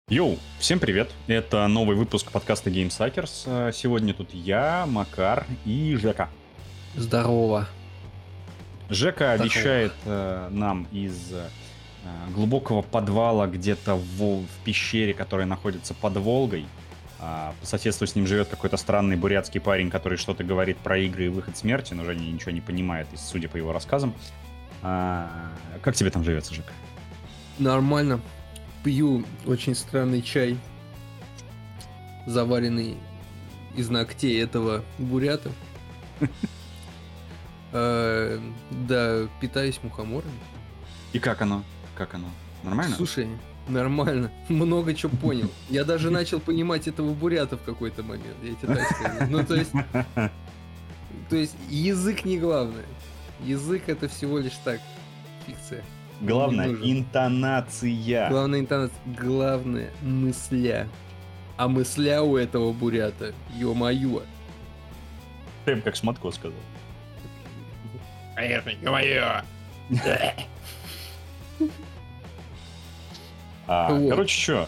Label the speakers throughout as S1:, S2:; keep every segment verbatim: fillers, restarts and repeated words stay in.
S1: Йоу, всем привет! Это новый выпуск подкаста GameSuckers. Сегодня тут я, Макар и Жека.
S2: Здорово.
S1: Жека
S2: Здорово.
S1: вещает э, нам из э, глубокого подвала где-то в, в пещере, которая находится под Волгой. А, по соседству с ним живет какой-то странный бурятский парень, который что-то говорит про игры и выход смерти, но Женя ничего не понимает, судя по его рассказам. А, как тебе там живется, Жека?
S2: Нормально. Пью очень странный чай, заваренный из ногтей этого бурята. Э, Да, питаюсь мухоморами.
S1: И как оно? Как оно? Нормально?
S2: Слушай, нормально. Много чего понял. Я даже начал понимать этого бурята в какой-то момент. Я тебе так скажу. Ну, то есть, то есть язык не главное. Язык это всего лишь так, фикция.
S1: Главное,
S2: Не нужен.
S1: интонация.
S2: Главная интонация, главное мысля. А мысля у этого бурята, ё-моё.
S1: Прям как Шматко сказал.
S2: Конечно, ё-моё.
S1: А,
S2: Вот.
S1: короче, что?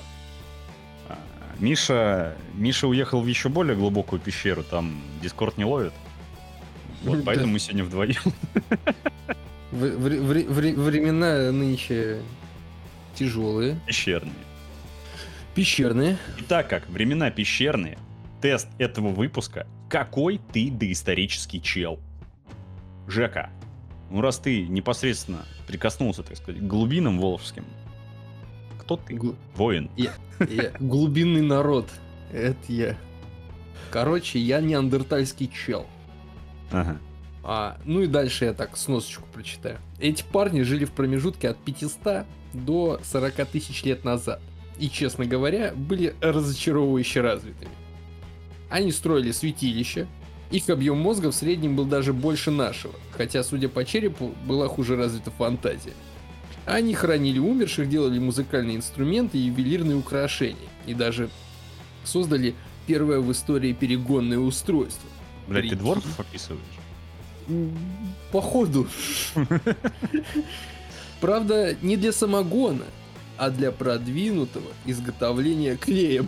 S1: Миша, Миша уехал в еще более глубокую пещеру, там Дискорд не ловит. Вот,
S2: Да.
S1: поэтому мы сегодня вдвоем.
S2: В- вре- вре- вре- Времена нынче тяжелые,
S1: Пещерные.
S2: пещерные.
S1: И так как времена пещерные, тест этого выпуска: какой ты доисторический чел? Жека, ну раз ты непосредственно прикоснулся, так сказать, к глубинам волжским, кто ты?
S2: Гл-
S1: Воин.
S2: Я, я глубинный народ. Это я. Короче, я неандертальский чел.
S1: Ага.
S2: А, ну и дальше я так сносочку прочитаю. Эти парни жили в промежутке от пятисот до сорока тысяч лет назад. И, честно говоря, были разочаровывающе развитыми. Они строили святилища. Их объем мозга в среднем был даже больше нашего. Хотя, судя по черепу, была хуже развита фантазия. Они хранили умерших, делали музыкальные инструменты и ювелирные украшения. И даже создали первое в истории перегонное устройство.
S1: Блять, ты
S2: Прикинь.
S1: дворфов описываешь?
S2: М, Походу. Правда, не для самогона, а для продвинутого изготовления клея.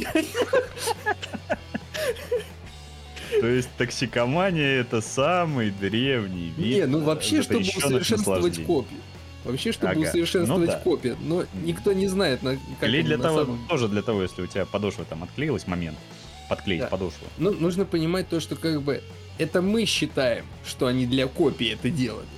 S1: То есть токсикомания — это самый древний вид.
S2: Не, ну вообще, чтобы
S1: запрещенных
S2: усовершенствовать
S1: наслаждений.
S2: копию. Вообще, чтобы
S1: Ага.
S2: усовершенствовать
S1: Ну да.
S2: копию. Но никто не знает, на, как
S1: Клей
S2: он
S1: для
S2: на
S1: того,
S2: самом-
S1: тоже для того, если у тебя подошва там отклеилась, момент. Подклеить
S2: Да.
S1: подошву.
S2: Ну, нужно понимать то, что как бы это мы считаем, что они для копии это делали.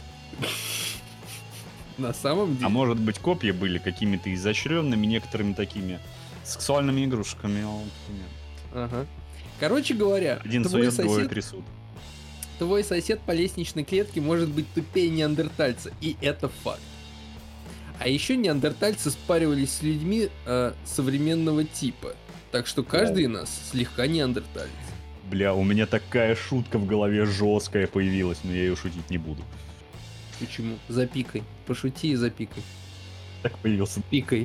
S2: На самом деле.
S1: А может быть, копья были какими-то изощренными, некоторыми такими сексуальными игрушками. вот, например.
S2: Ага. Короче говоря,
S1: Один
S2: твой
S1: сует, двое
S2: сосед,
S1: трясут.
S2: твой сосед по лестничной клетке может быть тупее неандертальца, и это факт. А еще неандертальцы спаривались с людьми э, современного типа, так что каждый из нас слегка неандерталец.
S1: Бля, у меня такая шутка в голове жесткая появилась, но я ее шутить не буду.
S2: Почему? Запикай. Пошути и запикай.
S1: Так появился.
S2: Пикай.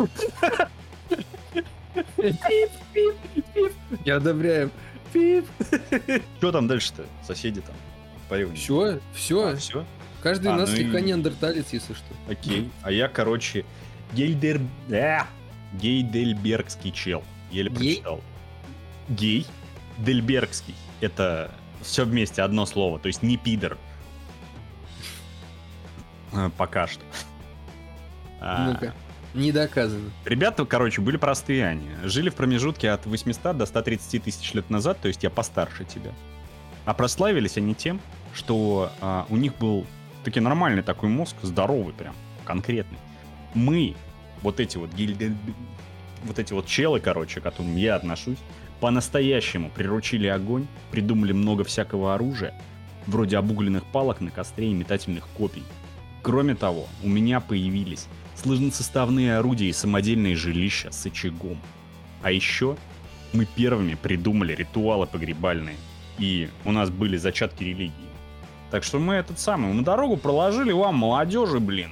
S2: Пип, пип, пип. Не одобряем. Пип.
S1: Что там дальше-то? Соседи там. Парень.
S2: Все, все.
S1: А, все?
S2: Каждый
S1: А,
S2: из нас
S1: ну
S2: слегка
S1: и-
S2: неандерталец, если что.
S1: Окей. А я, короче, Гейдер... А! Гейдельбергский чел. Еле
S2: Гей?
S1: прочитал. Гей Дельбергский. Это все вместе одно слово. То есть не пидор. А, Пока что. А,
S2: Ну-ка. Не доказано.
S1: Ребята, короче, были простые они. Жили в промежутке от восьмисот до ста тридцати тысяч лет назад, то есть я постарше тебя. А прославились они тем, что а, у них был таки нормальный такой мозг, здоровый прям, конкретный. Мы, вот эти вот гильды, вот эти вот челы, короче, к которым я отношусь, по-настоящему приручили огонь, придумали много всякого оружия, вроде обугленных палок на костре и метательных копий. Кроме того, у меня появились сложносоставные орудия и самодельные жилища с очагом. А еще мы первыми придумали ритуалы погребальные. И у нас были зачатки религии. Так что мы этот самый, мы дорогу проложили вам, молодежи, блин.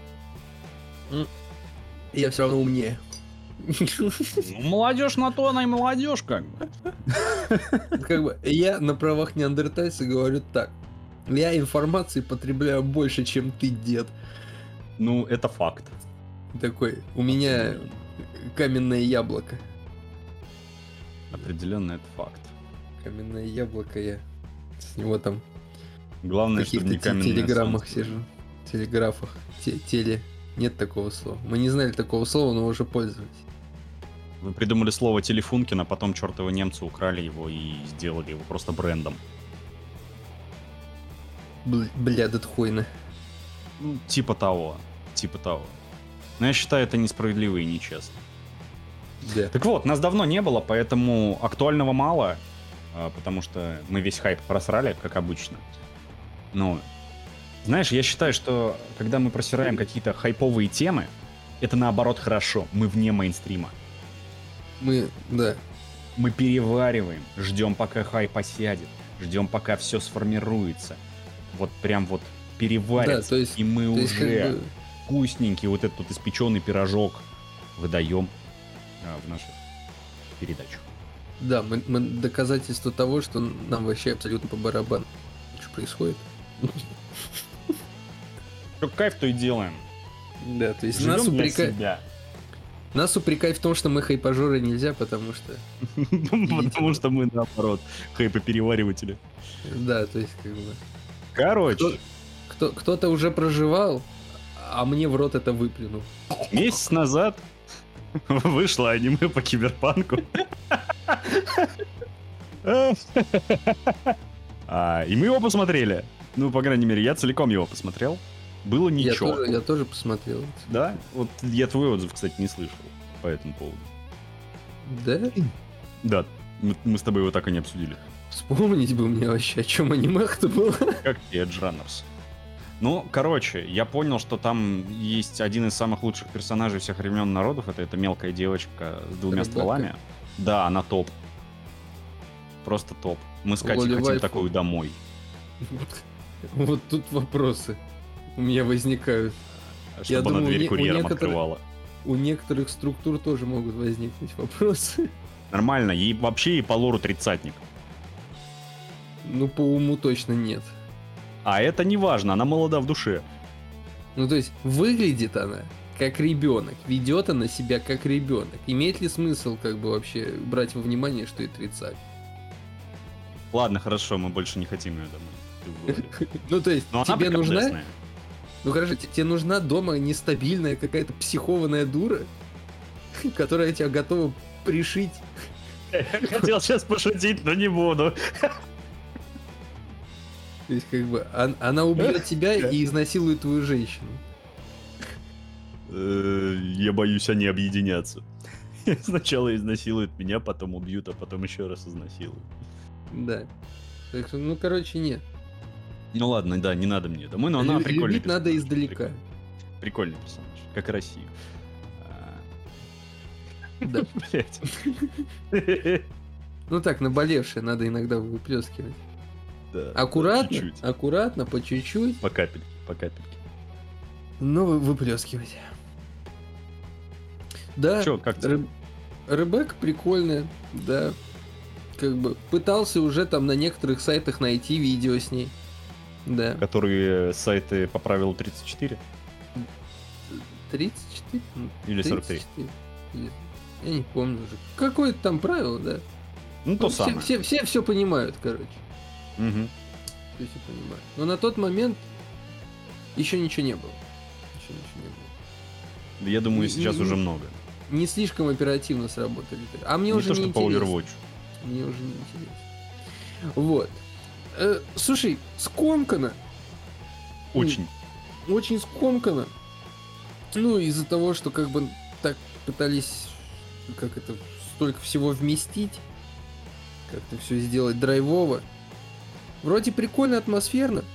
S2: Я все равно умнее.
S1: Ну, молодежь на то она и молодежь, как бы.
S2: Как бы я на правах неандертальца говорю так. Я информации потребляю больше, чем ты, дед.
S1: Ну, это факт.
S2: Такой, у меня каменное яблоко.
S1: Определенно это факт.
S2: Каменное яблоко, я с него там
S1: Главное,
S2: в
S1: чтобы
S2: каких-то
S1: не каменное
S2: телеграммах
S1: солнце.
S2: сижу. Телеграфах. Те- теле. Нет такого слова. Мы не знали такого слова, но уже пользовались.
S1: Вы придумали слово Телефункин, а потом чертовы немцы украли его и сделали его просто брендом.
S2: Бл- Бля, датхойно.
S1: Ну, типа того. Типа того. Но я считаю, это несправедливо и нечестно.
S2: Да.
S1: Так вот, нас давно не было, поэтому актуального мало, а, потому что мы весь хайп просрали, как обычно. Но, знаешь, я считаю, что когда мы просираем какие-то хайповые темы, это наоборот хорошо. Мы вне мейнстрима.
S2: Мы, да.
S1: Мы перевариваем, ждем, пока хайп осядет, ждем, пока все сформируется. Вот прям вот переварится,
S2: Да, то есть-
S1: и мы
S2: То есть,
S1: уже
S2: как бы,
S1: вкусненький вот этот вот испеченный пирожок выдаем а, в нашу передачу.
S2: да, мы, мы доказательство того, что нам вообще абсолютно по барабану. Что происходит?
S1: Что кайф, то и делаем.
S2: Да, то есть
S1: Живем
S2: нас,
S1: для
S2: упрека...
S1: себя.
S2: нас упрекать в том, что мы хайпажоры нельзя, потому что...
S1: Потому что мы, наоборот, хайпоперевариватели.
S2: Да, то есть как бы...
S1: Короче,
S2: Кто, кто-то уже проживал, а мне в рот это выплюнул.
S1: месяц назад вышло аниме по киберпанку. А, и мы его посмотрели. Ну, по крайней мере, я целиком его посмотрел. Было
S2: Я
S1: ничего.
S2: тоже, я тоже посмотрел.
S1: Да? Вот я твой отзыв, кстати, не слышал по этому поводу.
S2: Да?
S1: Да, мы, мы с тобой его так и не обсудили.
S2: Вспомнить бы мне вообще, о чем анимах-то было.
S1: Как и Edge Runners. Ну, короче, я понял, что там есть один из самых лучших персонажей всех времен народов. Это эта мелкая девочка с двумя
S2: Ребекка.
S1: стволами. Да, она топ. Просто топ. Мы с Катей
S2: Лоли
S1: хотим
S2: вайфу.
S1: такую домой.
S2: Вот тут вопросы у меня возникают.
S1: Чтобы она
S2: думаю,
S1: дверь
S2: не- у
S1: курьером
S2: некоторых-
S1: открывала.
S2: У некоторых структур тоже могут возникнуть вопросы.
S1: Нормально, ей вообще и по лору тридцатник.
S2: Ну, по уму точно нет.
S1: А это не важно, она молода в душе.
S2: Ну, то есть, выглядит она как ребенок, ведет она себя как ребенок. Имеет ли смысл, как бы, вообще брать во внимание, что и тридцать?
S1: Ладно, хорошо, мы больше не хотим ее домой.
S2: Ну, то есть,
S1: Но она
S2: тебе нужна...
S1: приколдесная.
S2: Ну, хорошо, те- тебе нужна дома нестабильная какая-то психованная дура, которая тебя готова пришить.
S1: Хотел сейчас пошутить, но не буду.
S2: То есть, как бы, он- она убьет тебя и изнасилует твою женщину.
S1: Э, Я боюсь, они объединятся. Сначала изнасилуют меня, потом убьют, а потом еще раз изнасилуют.
S2: Да. Так что, ну, короче, нет.
S1: Ну ладно, да, не надо мне домой, но она
S2: Лю-
S1: прикольная.
S2: любить надо издалека.
S1: Прикольный персонаж, как и Россию. А,
S2: Да.
S1: Блять.
S2: Ну так, наболевшее надо иногда выплескивать.
S1: Да,
S2: Аккуратно,
S1: чуть-чуть.
S2: аккуратно, по чуть-чуть,
S1: По капельке, по капельке.
S2: но вы- выплескивать. Да,
S1: Чё, как тебе?
S2: Ры- Ребекка прикольная, да. Как бы пытался уже там на некоторых сайтах найти видео с ней. Да.
S1: Которые сайты по правилу тридцать четыре
S2: тридцать четыре? Ну,
S1: или сорок три.
S2: тридцать четыре. Или- Я не помню уже. Какое-то там правило, да.
S1: Ну, то
S2: Ну, все,
S1: самое.
S2: все, все все понимают, короче.
S1: Мгм.
S2: Все все понимают. Но на тот момент еще ничего не было. Еще ничего не было.
S1: Я думаю,
S2: Не-
S1: сейчас
S2: не-
S1: уже
S2: не-
S1: много.
S2: Не слишком оперативно сработали. А мне
S1: Не
S2: уже
S1: то,
S2: не
S1: что по
S2: интересно.
S1: Overwatch.
S2: Мне уже не интересно. Вот. Э, слушай, скомкано.
S1: Очень.
S2: Очень скомкано. Ну, из-за того, что как бы так пытались, как это, столько всего вместить. Как-то все сделать драйвово. Вроде прикольно, атмосферно.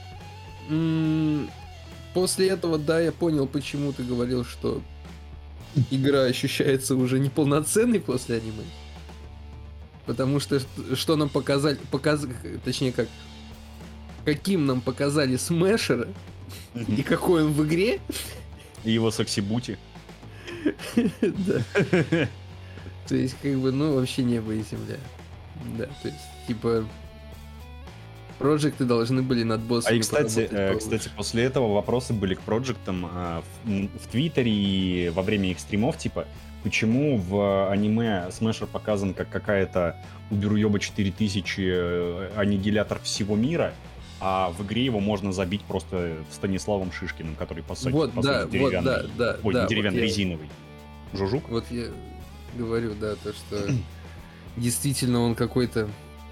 S2: М, После этого, да, я понял, почему ты говорил, что игра ощущается уже неполноценной после аниме. Потому что ш- что нам показали, показ... точнее как, каким нам показали Смешера и какой он в игре.
S1: И его саксибути.
S2: Да. То есть, как бы, ну, вообще небо и земля. Да, то есть, типа... Проджекты должны были над боссами
S1: А и, кстати,
S2: поработать
S1: э,
S2: получше.
S1: кстати, после этого вопросы были к проджектам э, в, м, в Твиттере и во время их стримов, типа, почему в аниме Смешер показан как какая-то уберуёба четыре тысячи э, аннигилятор всего мира, а в игре его можно забить просто Станиславом Шишкиным, который, по сути,
S2: Вот,
S1: по
S2: да,
S1: сути,
S2: вот,
S1: деревянный.
S2: да, да,
S1: Ой,
S2: да,
S1: не деревянный,
S2: вот я-
S1: резиновый. Жужук?
S2: Вот я говорю, да, то, что действительно он какой-то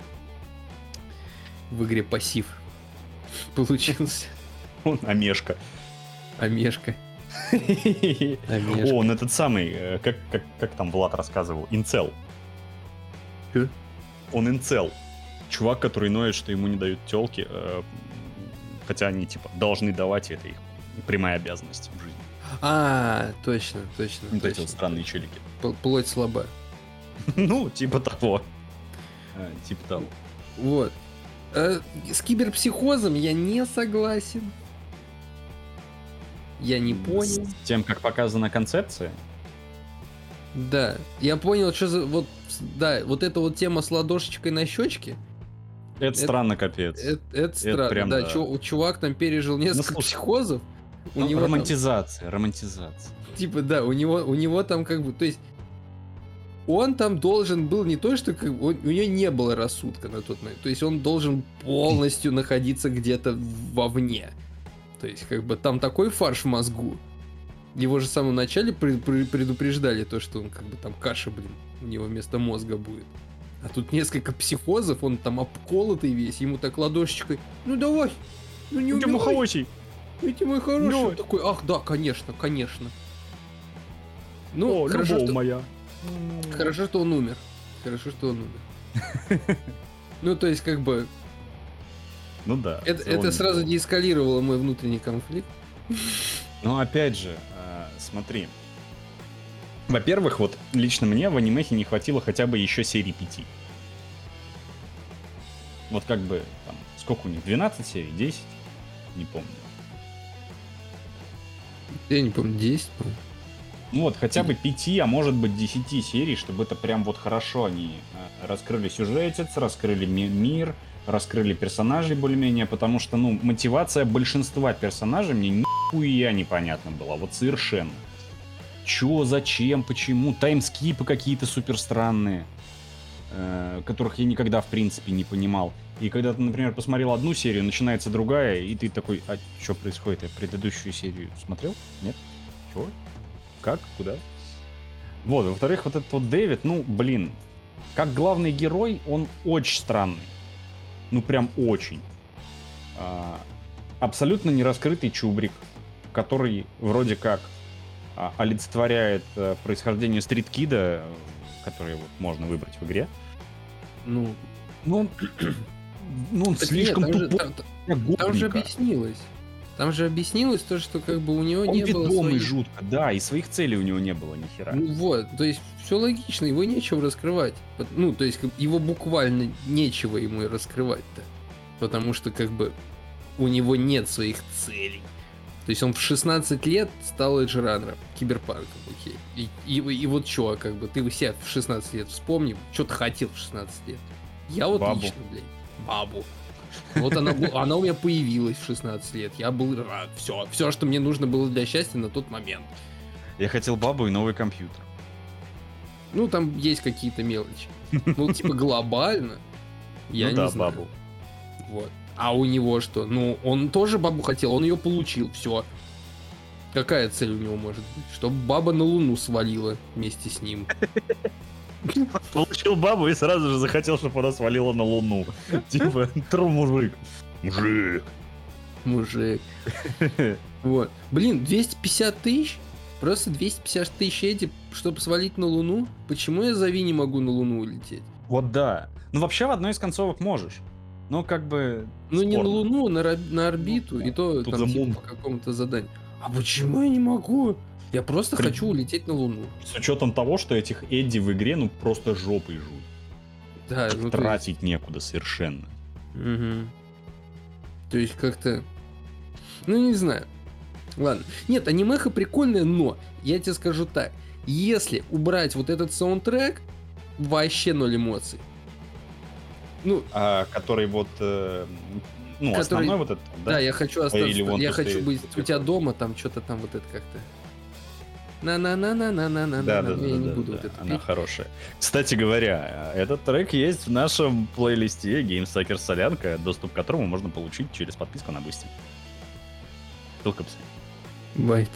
S2: в игре пассив получился.
S1: Он Амешка.
S2: Амешка. Амешка.
S1: О, он этот самый, э, как, как, как там Влад рассказывал, инцел.
S2: Чё?
S1: Он инцел. Чувак, который ноет, что ему не дают тёлки, э, хотя они, типа, должны давать, и это их прямая обязанность в жизни.
S2: А, точно, точно.
S1: Вот эти
S2: точно.
S1: вот странные челики.
S2: П- Плоть слаба.
S1: Ну, типа того. Э, Типа того.
S2: Вот. Э, С киберпсихозом я не согласен. Я не понял.
S1: С тем, как показана концепция.
S2: Да, я понял, что за... Вот, да, вот эта вот тема с ладошечкой на щечке,
S1: Это,
S2: Это-
S1: странно, капец.
S2: это, это странно.
S1: прям
S2: да,
S1: да.
S2: чу- чувак там пережил несколько
S1: слушай,
S2: психозов. У
S1: Ну,
S2: него там-
S1: романтизация, романтизация.
S2: типа, да, у него, у него там как бы, то есть, он там должен был не то, что как бы, он- у него не было рассудка на тот момент, то есть он должен полностью находиться где-то вовне. То есть, как бы, там такой фарш в мозгу. Его же в самом начале пре- пре- предупреждали то, что он как бы там каша, блин, у него вместо мозга будет. А тут несколько психозов, он там обколотый весь, ему так ладошечкой, ну давай, ну не убивай.
S1: Муховосий.
S2: Эти мой хороший.
S1: Ну.
S2: Он такой, ах, да, конечно, конечно. Ну,
S1: О,
S2: хорошо,
S1: любовь
S2: что,
S1: моя.
S2: хорошо, что он умер. Хорошо, что он умер. Ну, то есть, как бы,
S1: Ну да.
S2: это,
S1: в целом
S2: это сразу
S1: неплохо.
S2: деэскалировало мой внутренний конфликт.
S1: Но опять же, э, смотри. Во-первых, вот лично мне в анимехе не хватило хотя бы еще серии пяти. Вот как бы там, сколько у них, двенадцать серий, десять? Не помню.
S2: Я не помню, десять, по-моему.
S1: Ну вот, хотя бы пяти, а может быть десяти серий, чтобы это прям вот хорошо они э, раскрыли сюжетец, раскрыли ми- мир, раскрыли персонажей более-менее, потому что, ну, мотивация большинства персонажей мне нихуя непонятна была, вот совершенно. Чё, зачем, почему, таймскипы какие-то супер странные, э, которых я никогда в принципе не понимал. И когда ты, например, посмотрел одну серию, начинается другая, и ты такой, а что происходит, я предыдущую серию смотрел? Нет? Чего? Как? Куда? Вот, во-вторых, вот этот вот Дэвид, ну, блин, как главный герой, он очень странный. Ну, прям очень. А, абсолютно нераскрытый чубрик, который вроде как а, олицетворяет а, происхождение стрит-кида, которое вот можно выбрать в игре.
S2: Ну,
S1: Ну, он, ну, он
S2: так
S1: слишком
S2: нет, там же-
S1: тупой.
S2: там-
S1: для
S2: там же
S1: гопника.
S2: объяснилось. Там же объяснилось то, что как бы у него
S1: Он
S2: не было
S1: ведомый
S2: своих...
S1: жутко, да, и своих целей у него не было ни хера.
S2: Ну вот, то есть все логично, его нечего раскрывать. Ну, то есть как- его буквально нечего ему и раскрывать-то. Потому что как бы у него нет своих целей. То есть он в шестнадцать лет стал эджранером, киберпанком, окей. И, и, и вот что, как бы, ты себя в шестнадцать лет вспомни, что ты хотел в шестнадцать лет. Я вот
S1: Бабу.
S2: лично, блядь, бабу. Вот она, бу- она у меня появилась в шестнадцать лет. Я был рад. Все, все, что мне нужно было для счастья на тот момент.
S1: Я хотел бабу и новый компьютер.
S2: Ну, там есть какие-то мелочи. Ну, типа, глобально, я
S1: ну
S2: не
S1: да,
S2: знаю.
S1: бабу.
S2: Вот. А у него что? Ну, он тоже бабу хотел, он ее получил, все. Какая цель у него может быть? Чтобы баба на Луну свалила вместе с ним.
S1: Получил бабу и сразу же захотел, чтобы она свалила на Луну. Типа, тру мужик. Мужик.
S2: Мужик. Вот. Блин, двести пятьдесят тысяч? Просто двести пятьдесят тысяч эти, чтобы свалить на Луну? Почему я за Ви не могу на Луну улететь?
S1: Вот да. Ну вообще в одной из концовок можешь. Но как бы...
S2: Ну не на
S1: спорно.
S2: Луну, на, роб- на орбиту,
S1: Ну,
S2: и то
S1: тут
S2: там
S1: за
S2: типа
S1: мун.
S2: по какому-то заданию. А почему я не могу? Я просто
S1: При-
S2: хочу улететь на Луну.
S1: С учетом того, что этих Эдди в игре, ну просто жопой жут.
S2: Да, ну то есть-
S1: Тратить некуда совершенно.
S2: Мгм. То есть как-то... Ну, не знаю. Ладно. Нет, анимеха прикольная, но я тебе скажу так. Если убрать вот этот саундтрек, вообще ноль эмоций. Ну,
S1: а, который вот, э, ну,
S2: который...
S1: основной вот этот,
S2: да? Да, я хочу остаться,
S1: Или want
S2: я
S1: to
S2: хочу
S1: stay
S2: быть
S1: with
S2: у тебя
S1: you.
S2: дома, там что-то там вот это как-то. На-на-на-на-на-на-на-на.
S1: Да, да,
S2: Я
S1: да,
S2: не
S1: да,
S2: буду
S1: да,
S2: вот это
S1: она
S2: петь.
S1: хорошая. Кстати говоря, этот трек есть в нашем плейлисте GameStacker Солянка, доступ к которому можно получить через подписку на Boosty. Ссылка в описании.
S2: Байт.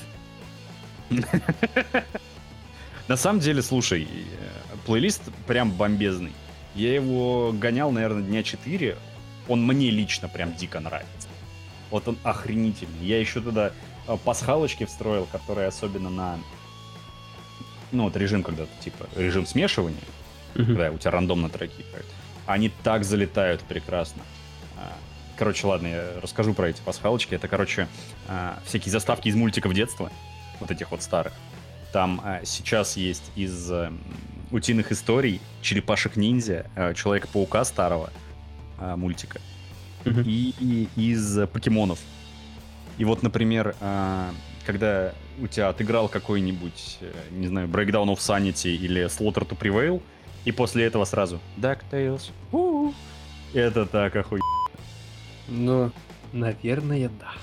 S1: На самом деле, слушай, э, плейлист прям бомбезный. Я его гонял, наверное, дня четыре. Он мне лично прям дико нравится. Вот он охренительный. Я еще туда э, пасхалочки встроил, которые особенно на... Ну, вот режим когда-то, типа, режим смешивания, когда у тебя рандомно треки играют. Они так залетают прекрасно. А, Короче, ладно, я расскажу про эти пасхалочки. Это, короче, а, всякие заставки из мультиков детства. Вот этих вот старых. Там а, сейчас есть из а, утиных историй, черепашек-ниндзя, а, Человека-паука старого а, мультика. И, и из а, покемонов. И вот, например, а, когда у тебя отыграл какой-нибудь, э, не знаю, Breakdown of Sanity или Slaughter to Prevail, и после этого сразу DuckTales. У-у-у. Это так охуенно.
S2: Ну, наверное, да.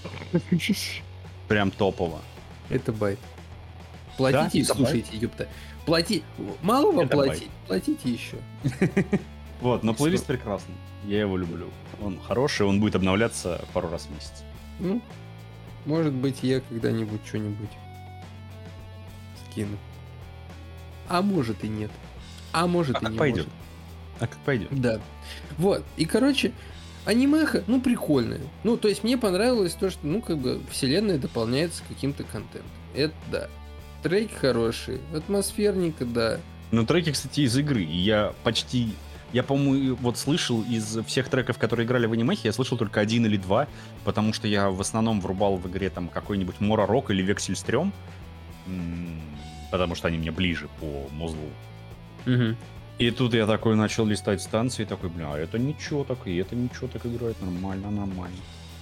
S1: Прям топово.
S2: Это байт. Платите и
S1: это
S2: слушайте, ёпта. Плати... Мало вам
S1: Это
S2: платить? Платите еще.
S1: Вот, но плейлист прекрасный. Я его люблю. Он хороший, он будет обновляться пару раз в месяц.
S2: Ну, может быть, я когда-нибудь что-нибудь скину. А может и нет. А может
S1: А
S2: и
S1: как
S2: не
S1: пойдет?
S2: может.
S1: А как пойдет?
S2: Да. Вот. И, короче, анимеха, ну, прикольная. Ну, то есть мне понравилось то, что, ну, как бы, вселенная дополняется каким-то контентом. Это да. Треки хорошие, атмосферненько, да.
S1: Ну, треки, кстати, из игры. И я почти... Я, по-моему, вот слышал из всех треков, которые играли в анимехе, я слышал только один или два, потому что я в основном врубал в игре там какой-нибудь Мора Рок или Вексельстрём, м, потому что они мне ближе по мозгу.
S2: Угу.
S1: И тут я такой начал листать станции, такой, бля, это ничего так, и это ничего так играет, нормально, нормально.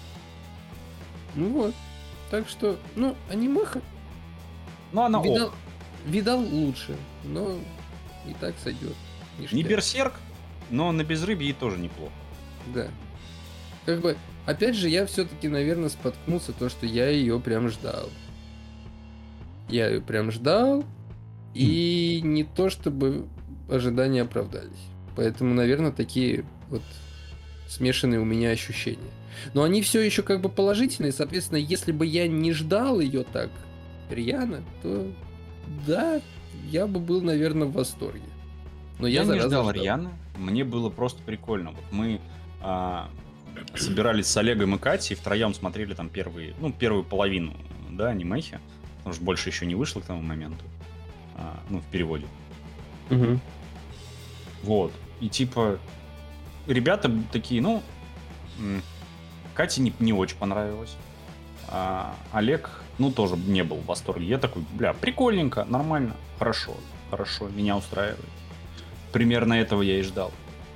S2: Ну вот. Так что, ну, анимеха.
S1: Ну, она
S2: Видал,
S1: ок.
S2: видал лучше, но и так сойдет.
S1: Не берсерк, но на безрыбье тоже неплохо.
S2: Да. Как бы, опять же, я все-таки, наверное, споткнулся то, что я ее прям ждал. Я ее прям ждал, и не то чтобы ожидания оправдались. Поэтому, наверное, такие вот смешанные у меня ощущения. Но они все еще как бы положительные, соответственно, если бы я не ждал ее так рьяно, то да, я бы был, наверное, в восторге. Но я,
S1: Я не
S2: зараза,
S1: ждал
S2: ждал.
S1: рьяно, мне было просто прикольно. Вот мы а, собирались с Олегом и Катей, втроем смотрели там первые, ну, первую половину, да, анимехи, потому что больше еще не вышло к тому моменту, а, ну, в переводе.
S2: Угу.
S1: Вот. И типа, ребята такие, ну, м, Кате не, не очень понравилось. А Олег, ну, тоже не был в восторге. Я такой, бля, прикольненько, нормально, хорошо, хорошо, меня устраивает. Примерно этого я и ждал.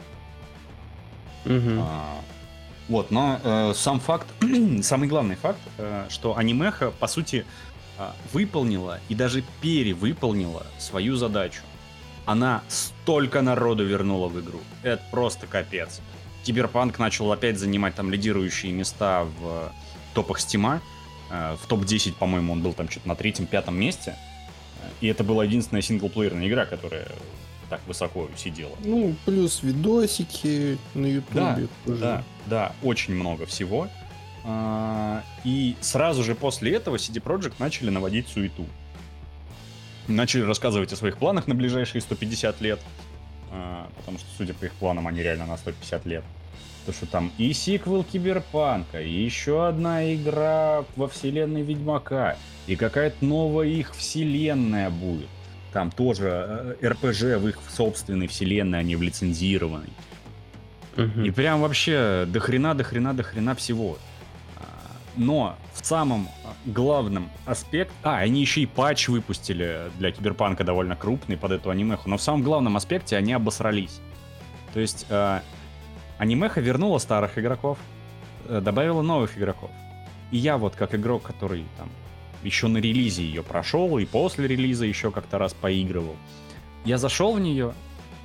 S2: Угу.
S1: А, вот, но э, сам факт, самый главный факт, э, что анимеха, по сути, э, выполнила и даже перевыполнила свою задачу. Она столько народу вернула в игру. Это просто капец. Киберпанк начал опять занимать там лидирующие места в топах Стима. Э, в топ десять, по-моему, он был там что-то на третьем-пятом месте. И это была единственная синглплеерная игра, которая так высоко сидела.
S2: Ну, плюс видосики на ютубе.
S1: Да, да, да, очень много всего. А, и сразу же после этого си ди Projekt начали наводить суету. Начали рассказывать о своих планах на ближайшие сто пятьдесят лет. А, потому что, судя по их планам, они реально на сто пятьдесят лет. То, что там и сиквел Киберпанка, и еще одна игра во вселенной Ведьмака, и какая-то новая их вселенная будет. Там тоже эр пи джи в их собственной вселенной, а не в лицензированной.
S2: Угу.
S1: И прям вообще до хрена, до хрена, до хрена всего. Но в самом главном аспекте... А, они еще и патч выпустили для Киберпанка довольно крупный под эту анимеху. Но в самом главном аспекте они обосрались. То есть э, анимеха вернула старых игроков, э, добавила новых игроков. И я вот как игрок, который там еще на релизе ее прошел, и после релиза еще как-то раз поигрывал. Я зашел в нее,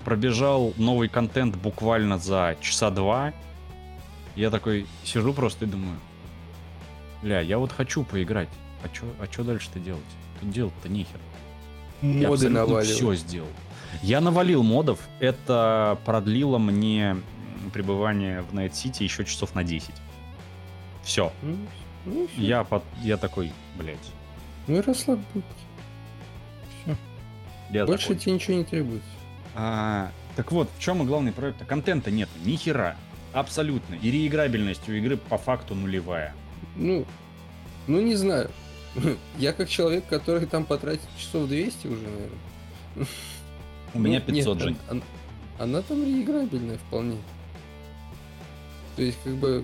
S1: пробежал новый контент буквально за часа два. Я такой сижу просто и думаю, бля, я вот хочу поиграть. А чё, а чё дальше-то делать? Тут делать-то нехер. Я
S2: Моды
S1: абсолютно
S2: наваливай.
S1: все сделал. Я навалил модов. Это продлило мне пребывание в Найт-Сити еще часов на десять. Все.
S2: Ну, ну, всё.
S1: Я, под... я такой, блядь.
S2: Ну и расслабь будки. Все.
S1: Я
S2: Больше
S1: такой.
S2: тебе ничего не требуется.
S1: А, так вот, в чем и главный проект? Контента нету, ни хера. Абсолютно. И реиграбельность у игры по факту нулевая.
S2: Ну, ну не знаю. Я как человек, который там потратил часов двести уже, наверное.
S1: У меня
S2: Ну,
S1: пятьсот
S2: нет,
S1: же.
S2: он- он- Она там реиграбельная вполне. То есть, как бы...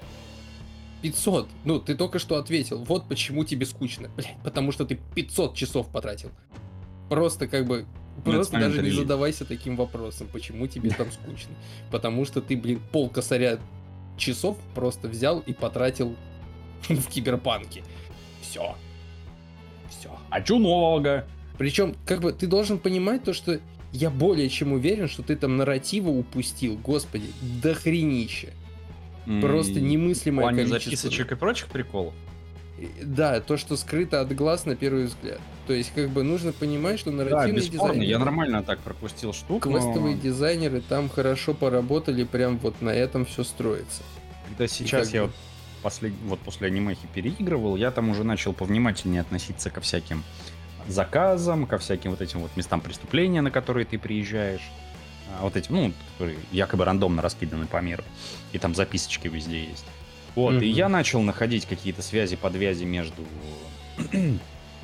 S2: пятьсот. Ну, ты только что ответил. Вот почему тебе скучно. Блядь, потому что ты пятьсот часов потратил. Просто как бы...
S1: Ну, это
S2: Просто
S1: с
S2: даже не
S1: момента релиза.
S2: задавайся таким вопросом, почему тебе там скучно. Потому что ты, блин, пол косаря часов просто взял и потратил в Киберпанке. Все. Все.
S1: А чё нового?
S2: Причем, как бы, ты должен понимать то, что я более чем уверен, что ты там нарратива упустил, господи, дохренище. Просто
S1: М,
S2: немыслимое
S1: В плане
S2: количество.
S1: записочек и прочих приколов.
S2: И- Да, то, что скрыто от глаз на первый взгляд. То есть, как бы, нужно понимать, что
S1: Да,
S2: нарративные
S1: бесспорно,
S2: дизайнеры,
S1: я нормально так пропустил штуку.
S2: квестовые
S1: но
S2: дизайнеры там хорошо поработали, прям вот на этом все строится.
S1: Когда сейчас
S2: как
S1: я
S2: бы-
S1: вот, послед... вот после анимехи переигрывал, я там уже начал повнимательнее относиться ко всяким заказам, ко всяким вот этим вот местам преступления, на которые ты приезжаешь. А, Вот эти, ну, которые якобы рандомно раскиданы по миру. И там записочки везде есть. Вот, и
S2: Мгм.
S1: я начал находить какие-то связи, подвязи между м,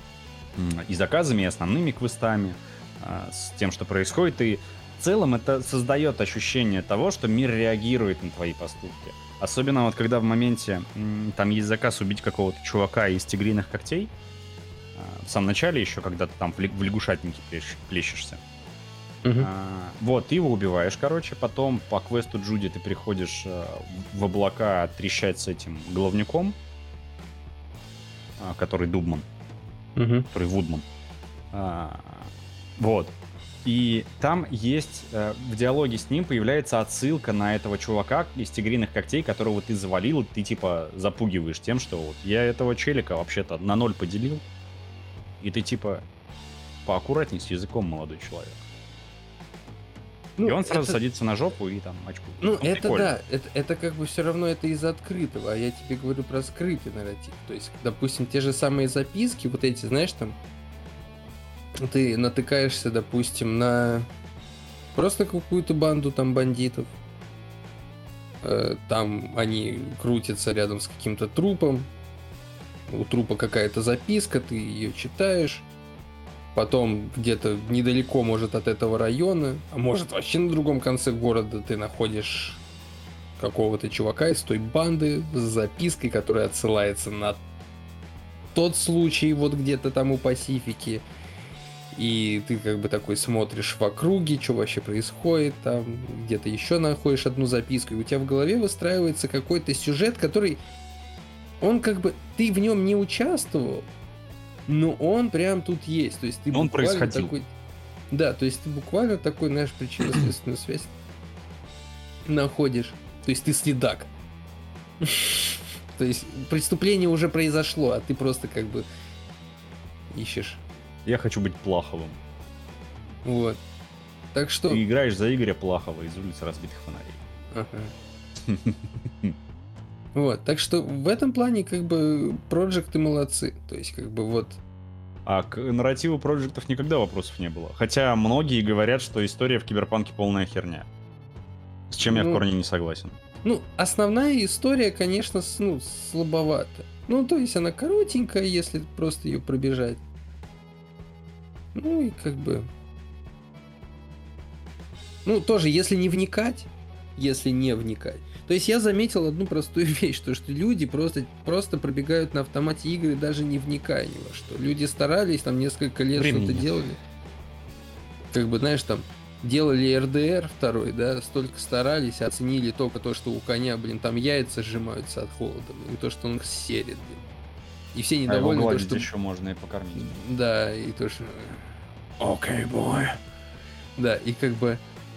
S1: и заказами, и основными квестами, а, с тем, что происходит. И в целом это создает ощущение того, что мир реагирует на твои поступки. Особенно вот когда в моменте м, там есть заказ убить какого-то чувака из тигриных когтей. а, В самом начале еще, когда ты там в лягу- в лягушатнике плещ- плещешься.
S2: Мгм.
S1: А, Вот, ты его убиваешь, короче. Потом по квесту Джуди ты приходишь э, в в облака трещать с этим головняком, а, который Дубман,
S2: Мгм.
S1: который Вудман. А, Вот. И там есть, э, в диалоге с ним появляется отсылка на этого чувака из тигриных когтей, которого ты завалил, и ты типа запугиваешь тем, что вот я этого челика вообще-то на ноль поделил, и ты типа поаккуратней с языком, молодой человек.
S2: Ну,
S1: И он сразу
S2: это-
S1: садится на жопу и там очкует.
S2: Ну, это
S1: прикольно.
S2: да, это, это как бы все равно это из открытого, а я тебе говорю про скрытый нарратив. То есть, допустим, те же самые записки, вот эти, знаешь, там, ты натыкаешься, допустим, на просто какую-то банду там бандитов, Э, там они крутятся рядом с каким-то трупом, у трупа какая-то записка, ты ее читаешь, потом где-то недалеко, может, от этого района, а может, вообще на другом конце города ты находишь какого-то чувака из той банды с запиской, которая отсылается на тот случай вот где-то там у Пасифики. И ты как бы такой смотришь в округе, что вообще происходит, там где-то еще находишь одну записку, и у тебя в голове выстраивается какой-то сюжет, который, он как бы, ты в нем не участвовал, но он прям тут есть. То есть ты
S1: Он
S2: буквально
S1: происходил.
S2: такой... Да, то есть ты буквально такой, знаешь, причинно-следственную связь находишь. То есть ты следак. То есть преступление уже произошло, а ты просто как бы ищешь.
S1: Я хочу быть Плаховым.
S2: Вот. Так что...
S1: Ты играешь за Игоря Плахова из улиц разбитых фонарей.
S2: Ага. Вот, так что в этом плане как бы проекты молодцы. То есть как бы вот...
S1: А к нарративу проектов никогда вопросов не было. Хотя многие говорят, что история в Киберпанке полная херня. С чем я в
S2: Ну,
S1: корне не согласен.
S2: Ну, основная история, конечно, с- ну, слабовата. Ну, то есть она коротенькая, если просто ее пробежать. Ну и как бы... Ну, тоже, если не вникать, если не вникать. То есть я заметил одну простую вещь, то что люди просто, просто пробегают на автомате игры, даже не вникая ни во что. Люди старались, там несколько лет
S1: Времени
S2: что-то
S1: нет.
S2: делали. Как бы, знаешь, там делали эр дэ эр второй, да, столько старались, оценили только то, что у коня, блин, там яйца сжимаются от холода, блин, и то, что он их серит, блин. И все
S1: А его
S2: недовольны, то,
S1: гладить
S2: что...
S1: еще можно и покормить.
S2: Да, и то, что... Окей, бой. Да, и как бы...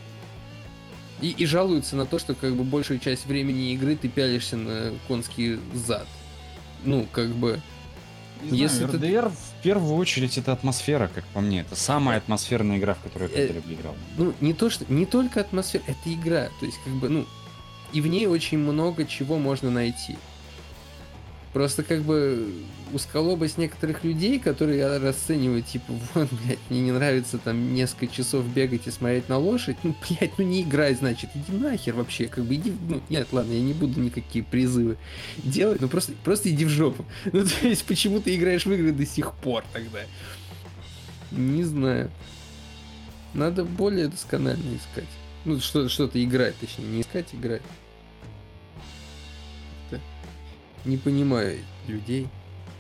S2: И, и жалуются на то, что как бы большую часть времени игры ты пялишься на конский зад. Ну, как бы...
S1: Не
S2: Если
S1: знаю,
S2: ты-
S1: эр дэ эр в первую очередь это атмосфера, как по мне. Это самая атмосферная игра, в которую я
S2: Э,
S1: когда-либо играл.
S2: Ну, не то, что... Не только атмосфера, это игра. То есть, как бы, ну... И в ней очень много чего можно найти. Просто как бы узколобость некоторых людей, которые расценивают, типа, вот, блядь, мне не нравится там несколько часов бегать и смотреть на лошадь, ну, блядь, ну не играй, значит, иди нахер вообще, как бы иди, ну, нет, ладно, я не буду никакие призывы делать, ну просто, просто иди в жопу. Ну, то есть, почему ты играешь в игры до сих пор тогда? Не знаю. Надо более досконально искать. Ну, что- что-то играть, точнее, не искать, играть. Не понимаю людей.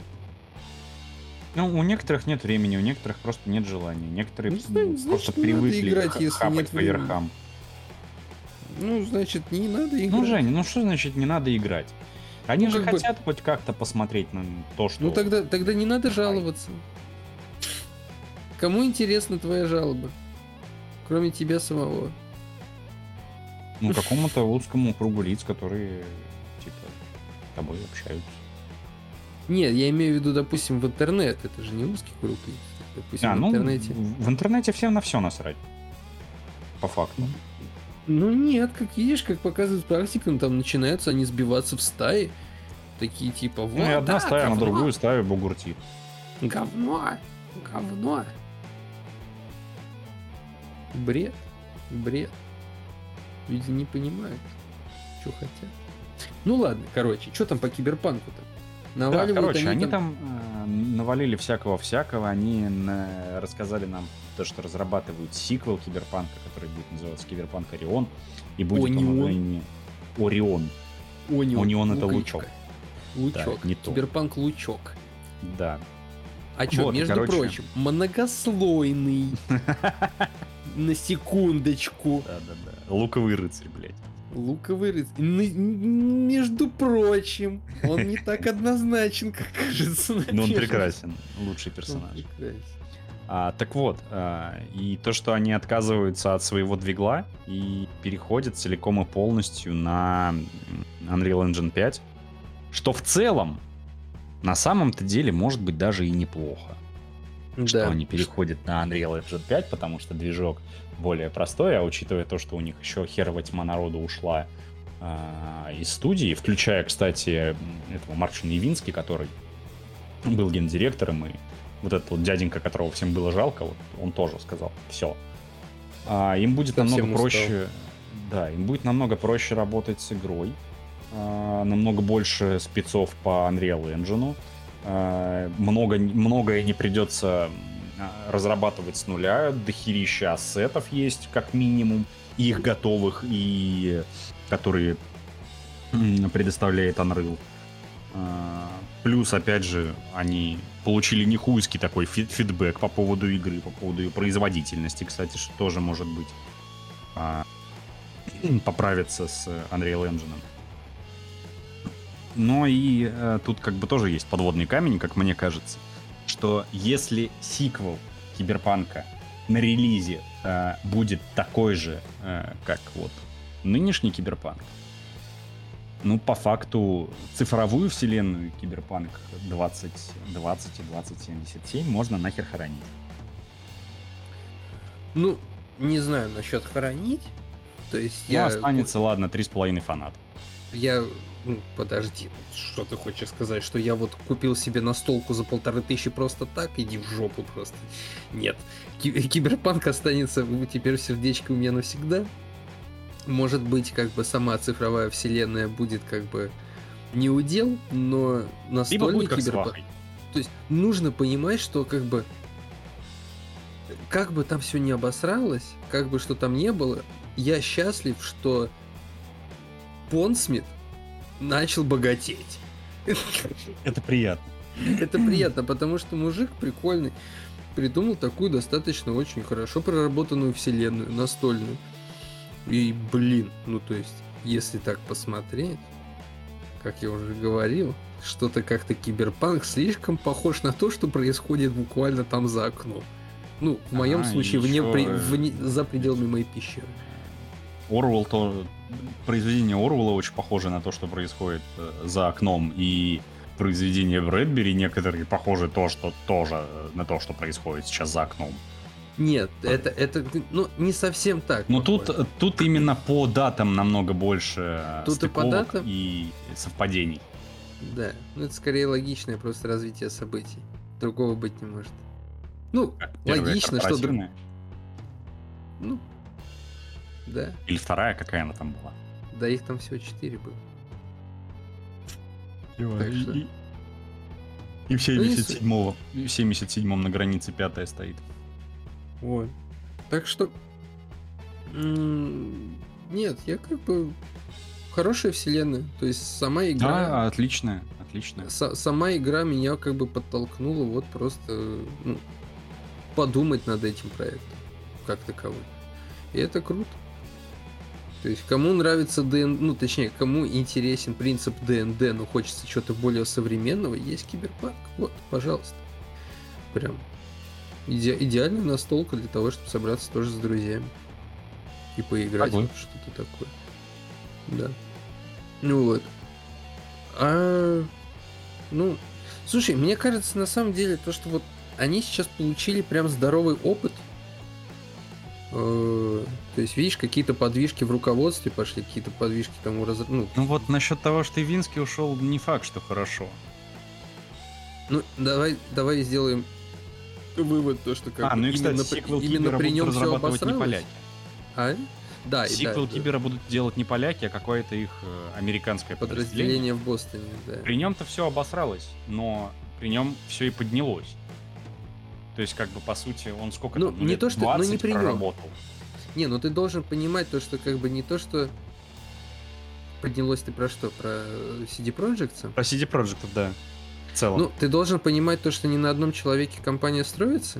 S1: Ну, у некоторых нет времени, у некоторых просто нет желания. Некоторые
S2: Ну,
S1: м,
S2: значит,
S1: просто
S2: не надо
S1: привыкли
S2: играть,
S1: х-
S2: если
S1: хапать
S2: нет
S1: по
S2: времени.
S1: верхам.
S2: Ну, значит, не надо играть.
S1: Ну, Женя, ну что значит не надо играть? Они
S2: Ну,
S1: же
S2: как бы-
S1: хотят хоть как-то посмотреть на то, что...
S2: Ну, тогда, тогда не надо
S1: Ай.
S2: жаловаться. Кому интересна твоя жалоба? Кроме тебя самого.
S1: Ну, какому-то узкому кругу лиц, которые, типа, с тобой общаются.
S2: Нет, я имею в виду, допустим, в интернет. Это же не узкий круг лиц. Допустим,
S1: А,
S2: в
S1: ну,
S2: интернете.
S1: в в интернете всем на все насрать. По факту.
S2: Ну нет, как видишь, как показывает практика, ну, там начинаются они сбиваться в стаи. Такие типа, вот,
S1: Ну, и одна
S2: да,
S1: стая на
S2: говно,
S1: другую стаю бугуртит.
S2: Говно, говно. Бред, бред. Люди не понимают, что хотят. Ну ладно, короче, что там по киберпанку-то?
S1: Да,
S2: Наваливают
S1: короче, они
S2: там...
S1: там э, навалили всякого-всякого, они на- рассказали нам то, что разрабатывают сиквел Киберпанка, который будет называться Киберпанк Орион, и будет он
S2: Онион.
S1: уже не Орион.
S2: Онион,
S1: Онион это
S2: луковичка.
S1: лучок.
S2: Лучок,
S1: Да, не то.
S2: киберпанк лучок.
S1: Да.
S2: А что,
S1: Вот, и,
S2: между
S1: короче-
S2: прочим, многослойный, на секундочку.
S1: Да-да-да. Луковый рыцарь, блядь.
S2: Луковый рыцарь. Н- н- Между прочим, он не так однозначен, как кажется. на
S1: Ну, он
S2: первый
S1: прекрасен. Лучший
S2: взгляд.
S1: персонаж.
S2: Он прекрасен.
S1: А, так вот, а, и то, что они отказываются от своего двигла и переходят целиком и полностью на м, Unreal Engine пять, что в целом, на самом-то деле, может быть даже и неплохо, что
S2: Да.
S1: они переходят на Unreal Engine пять, потому что движок более простой, а учитывая то, что у них еще херова тьма народу ушла а, из студии, включая, кстати, м, этого Марчина Явински, который был гендиректором, и вот этот вот дяденька, которого всем было жалко, вот он тоже сказал, все. им будет
S2: Совсем
S1: намного
S2: устал.
S1: проще, да, им будет намного проще работать с игрой, а, намного больше спецов по Unreal Engine, а, много, многое не придется а, разрабатывать с нуля, дохерища ассетов есть, как минимум, их готовых, и которые м, предоставляет Unreal. А, Плюс, опять же, они получили нехуйский такой фи- фидбэк по поводу игры, по поводу ее производительности, кстати, что тоже может быть а, поправиться с Unreal Engine. Но и э, тут как бы тоже есть подводный камень, как мне кажется, что если сиквел Киберпанка на релизе э, будет такой же, э, как вот нынешний Киберпанк, ну, по факту, цифровую вселенную Киберпанк двадцать двадцать и двадцать семьдесят семь можно нахер хоронить.
S2: Ну, не знаю насчет хоронить. То есть
S1: Ну,
S2: я...
S1: останется, ладно, три с половиной фанат.
S2: Я... Ну, подожди, что ты хочешь сказать, что я вот купил себе настолку за полторы тысячи просто так? Иди в жопу просто. Нет. Ки- Киберпанк останется теперь в сердечке у меня навсегда. Может быть, как бы сама цифровая вселенная будет как бы не удел, но
S1: Либо
S2: настольный
S1: будет как с
S2: киберпанк...
S1: Вахой.
S2: То есть нужно понимать, что как бы как бы там все не обосралось, как бы что там не было, я счастлив, что Понсмит начал богатеть.
S1: Это приятно.
S2: Это приятно, потому что мужик прикольный придумал такую достаточно очень хорошо проработанную вселенную, настольную. И, блин, ну то есть, если так посмотреть, как я уже говорил, что-то как-то Киберпанк слишком похож на то, что происходит буквально там за окном. Ну, в моем
S1: Ага,
S2: случае,
S1: и
S2: вне,
S1: ещё,
S2: при-
S1: э,
S2: вне- за пределами моей пещеры.
S1: Орвелл, то произведение Орвелла очень похоже на то, что происходит э, за окном, и произведения Брэдбери некоторые похожи то, что тоже на то, что происходит сейчас за окном.
S2: Нет, это, это, ну, не совсем так.
S1: Но тут, тут именно по датам намного больше
S2: Тут и по
S1: стыковок
S2: датам?
S1: и совпадений.
S2: Да, ну это скорее логичное просто развитие событий. Другого быть не может. Ну,
S1: Первая
S2: логично, что... друг-
S1: корпоративная.
S2: Ну, да.
S1: Или вторая, какая она там была?
S2: Да их там всего четыре было. Так что-
S1: И, и в семьдесят седьмом, в семьдесят седьмом на границе пятая стоит.
S2: Ой. Так что... м, Нет, я как бы... Хорошая вселенная. То есть сама игра...
S1: Да, отличная, отличная.
S2: С- сама игра меня как бы подтолкнула вот просто ну, подумать над этим проектом как таковым. И это круто. То есть кому нравится ди энд ди, ну точнее, кому интересен принцип ди энд ди, но хочется чего-то более современного, есть Киберпанк. Вот, пожалуйста. Прям иде- идеальная настолка для того, чтобы собраться тоже с друзьями. И поиграть
S1: Огонь.
S2: вот что-то такое. Да. Ну вот. А, ну, слушай, мне кажется, на самом деле, то, что вот они сейчас получили прям здоровый опыт. Э, То есть, видишь, какие-то подвижки в руководстве пошли, какие-то подвижки там у раз... Ну,
S1: Ну вот насчет того, что Ивинский ушел, не факт, что хорошо.
S2: ну давай, давай сделаем вывод, то, что как
S1: А,
S2: бы
S1: ну и, кстати,
S2: именно,
S1: сиквел
S2: при- именно
S1: Кибера
S2: при
S1: будут
S2: нем все
S1: разрабатывать не
S2: обосралось.
S1: поляки.
S2: А? Да, и
S1: Сиквел
S2: да, да.
S1: Кибера будут делать не поляки, а какое-то их э, американское подразделение.
S2: Подразделение в Бостоне, да.
S1: При нем-то все обосралось, но при нем все и поднялось. То есть, как бы, по сути, он сколько
S2: Ну,
S1: там, ну,
S2: не
S1: лет
S2: то, что- ну, не
S1: двадцать
S2: при нем.
S1: проработал.
S2: Не, ну ты должен понимать то, что как бы не то, что поднялось ты про что? Про си ди Projekt?
S1: Про си ди Projekt, да. В целом.
S2: Ну, ты должен понимать то, что не на одном человеке компания строится,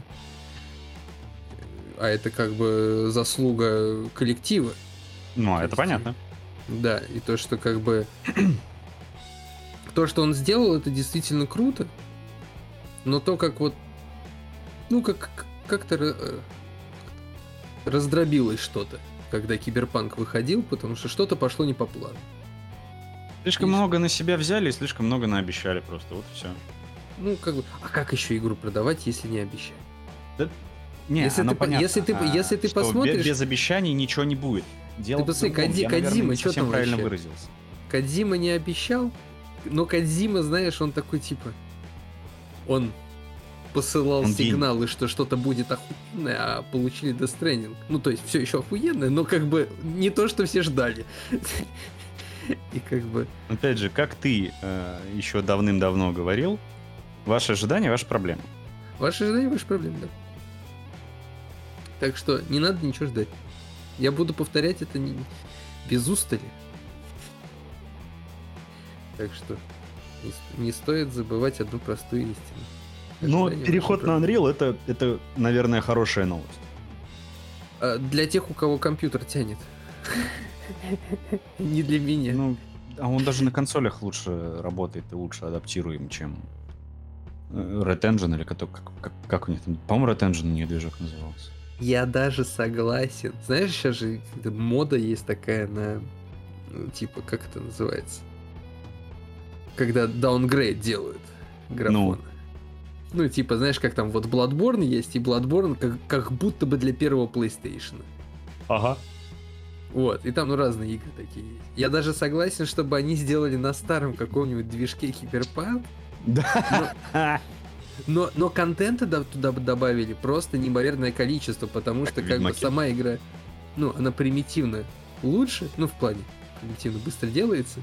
S2: а это как бы заслуга коллектива.
S1: Ну,
S2: то
S1: это
S2: есть,
S1: понятно.
S2: Да, и то, что как бы... То, что он сделал, это действительно круто, но то, как вот... Ну, как как-то э, раздробилось что-то, когда Киберпанк выходил, потому что что-то пошло не по плану.
S1: Слишком
S2: и-
S1: много на себя взяли и слишком много наобещали просто. Вот и все.
S2: Ну, как бы... А как еще игру продавать, если не обещать?
S1: Не,
S2: Если
S1: оно
S2: ты по-
S1: понятно,
S2: если ты-
S1: а,
S2: если ты
S1: что бе-
S2: посмотришь-
S1: без обещаний ничего не будет. Дело
S2: Ты посмотри,
S1: в другом.
S2: Коди-
S1: Я, наверное,
S2: Кодзима,
S1: не
S2: чё
S1: совсем
S2: там
S1: правильно
S2: вообще?
S1: выразился.
S2: Кодзима не обещал, но Кодзима, знаешь, он такой типа... Он посылал
S1: Он гений.
S2: сигналы, что что-то будет охуенное, а получили Death Stranding. Ну, то есть, все еще охуенное, но как бы не то, что все ждали. И как бы...
S1: Опять же, как ты э, еще давным-давно говорил, ваши ожидания — ваша проблема.
S2: Ваши ожидания, ваши проблемы, да. Так что не надо ничего ждать. Я буду повторять это не... без устали. Так что не, с- не стоит забывать одну простую истину.
S1: Но
S2: Ожидания
S1: переход
S2: ваши
S1: на
S2: проблемы.
S1: Unreal это, это, наверное, хорошая новость.
S2: А, для тех, у кого компьютер тянет. Не для меня.
S1: Ну, а он даже на консолях лучше работает и лучше адаптируем, чем э, Red Engine или как, как, как, как у них там. По-моему, Red Engine у них движок назывался.
S2: Я даже согласен. Знаешь, сейчас же какая-то мода есть такая на... ну, типа, как это называется? Когда даунгрейд делают графона. Ну. типа, знаешь, как там вот Bloodborne есть, и Bloodborne как, как будто бы для первого PlayStation.
S1: Ага.
S2: Вот, и там ну, разные игры такие есть. Я даже согласен, чтобы они сделали на старом каком-нибудь движке Киберпанк,
S1: Да.
S2: но, но контента да- туда бы добавили просто неимоверное количество, потому
S1: Как
S2: что
S1: в
S2: как бы
S1: Ведьмаке.
S2: сама игра, ну, она примитивно лучше, ну, в плане, примитивно быстро делается,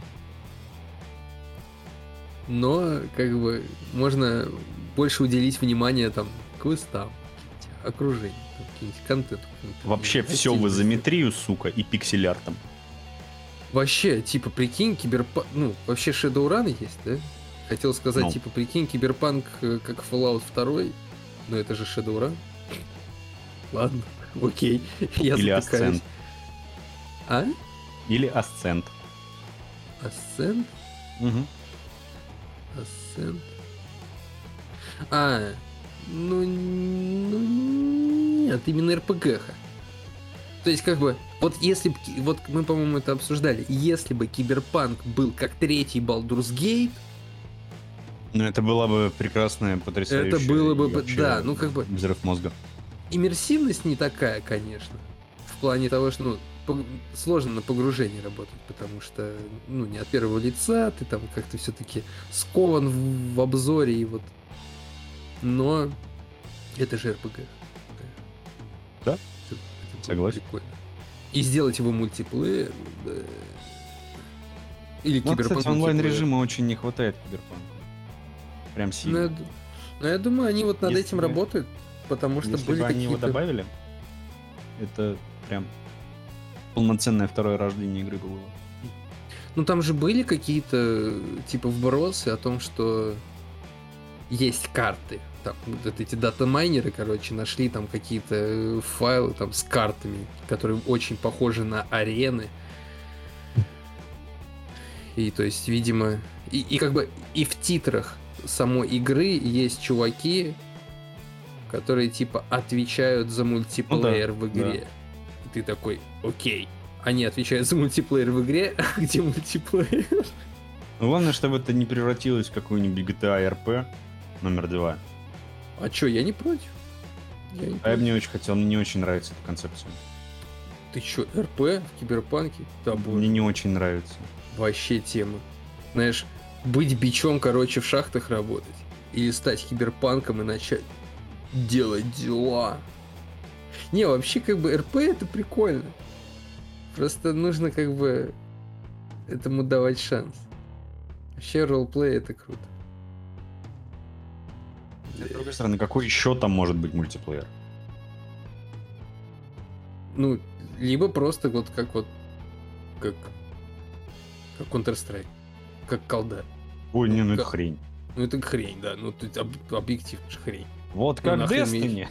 S2: но как бы можно больше уделить внимание там квестам, каким-нибудь окружению, там, каким-нибудь контенту. какому-то,
S1: Вообще
S2: не знаю,
S1: все в
S2: стилю.
S1: изометрию, сука, и пиксель-артом.
S2: Вообще, типа, прикинь, киберпанк... Ну, вообще Shadowrun есть, да? Хотел сказать,
S1: Ну.
S2: типа, прикинь, киберпанк э, как Fallout два, но это же Shadowrun. Ладно, окей, я
S1: Или
S2: затыкаюсь.
S1: Ascent.
S2: А?
S1: Или Ascent.
S2: Ascent?
S1: Мгм.
S2: Ascent? А, ну, ну нет, именно эр пи гэ-ха. То есть, как бы, Вот если б, вот мы, по-моему, это обсуждали, если бы Киберпанк был как третий Baldur's Gate,
S1: ну это была бы прекрасная, потрясающая.
S2: Это было бы, да, ну как бы...
S1: Взрыв мозга.
S2: Иммерсивность не такая, конечно. В плане того, что, ну, по- сложно на погружении работать, потому что, ну, не от первого лица, ты там как-то все-таки скован в, в обзоре, и вот... Но это же эр пэ гэ.
S1: Да,
S2: Это- это
S1: согласен.
S2: прикольно. И сделать его мультиплеер, да. Или
S1: Ну,
S2: киберпанк
S1: кстати, онлайн-режима очень не хватает Киберпанку. Прям
S2: Ну,
S1: сильно.
S2: я, д- ну, я думаю, они вот над
S1: Если
S2: этим
S1: бы-
S2: работают, потому что
S1: Если
S2: были
S1: бы они его
S2: какие-то...
S1: добавили, это прям полноценное второе рождение игры бы было.
S2: Ну там же были какие-то типа вбросы о том, что есть карты. Там вот эти дата-майнеры, короче, нашли там какие-то файлы там с картами, которые очень похожи на арены. И то есть, видимо, и, и как бы и в титрах самой игры есть чуваки, которые типа отвечают за мультиплеер
S1: Ну да,
S2: в игре. И ты такой, окей. Они отвечают за мультиплеер в игре, а где мультиплеер?
S1: Но главное, чтобы это не превратилось в какую-нибудь джи ти эй ар пи номер два.
S2: А чё, я не против. Я не
S1: А я
S2: против.
S1: бы не очень хотел, мне не очень нравится эта концепция.
S2: Ты чё, эр пэ в Киберпанке? Да,
S1: Мне
S2: боже,
S1: не очень нравится.
S2: вообще тема. Знаешь, быть бичом, короче, в шахтах работать. Или стать киберпанком и начать делать дела. Не, вообще, как бы, эр пэ это прикольно. Просто нужно, как бы, этому давать шанс. Вообще, ролплей это круто.
S1: С другой стороны, какой еще там может быть мультиплеер?
S2: Ну, либо просто вот как вот, как, как Counter-Strike, как колда.
S1: Ой, не, ну это
S2: Как-
S1: хрень.
S2: Ну это хрень, да, ну тут об- объективно же хрень.
S1: Вот
S2: Ну,
S1: как
S2: нахрен
S1: Destiny.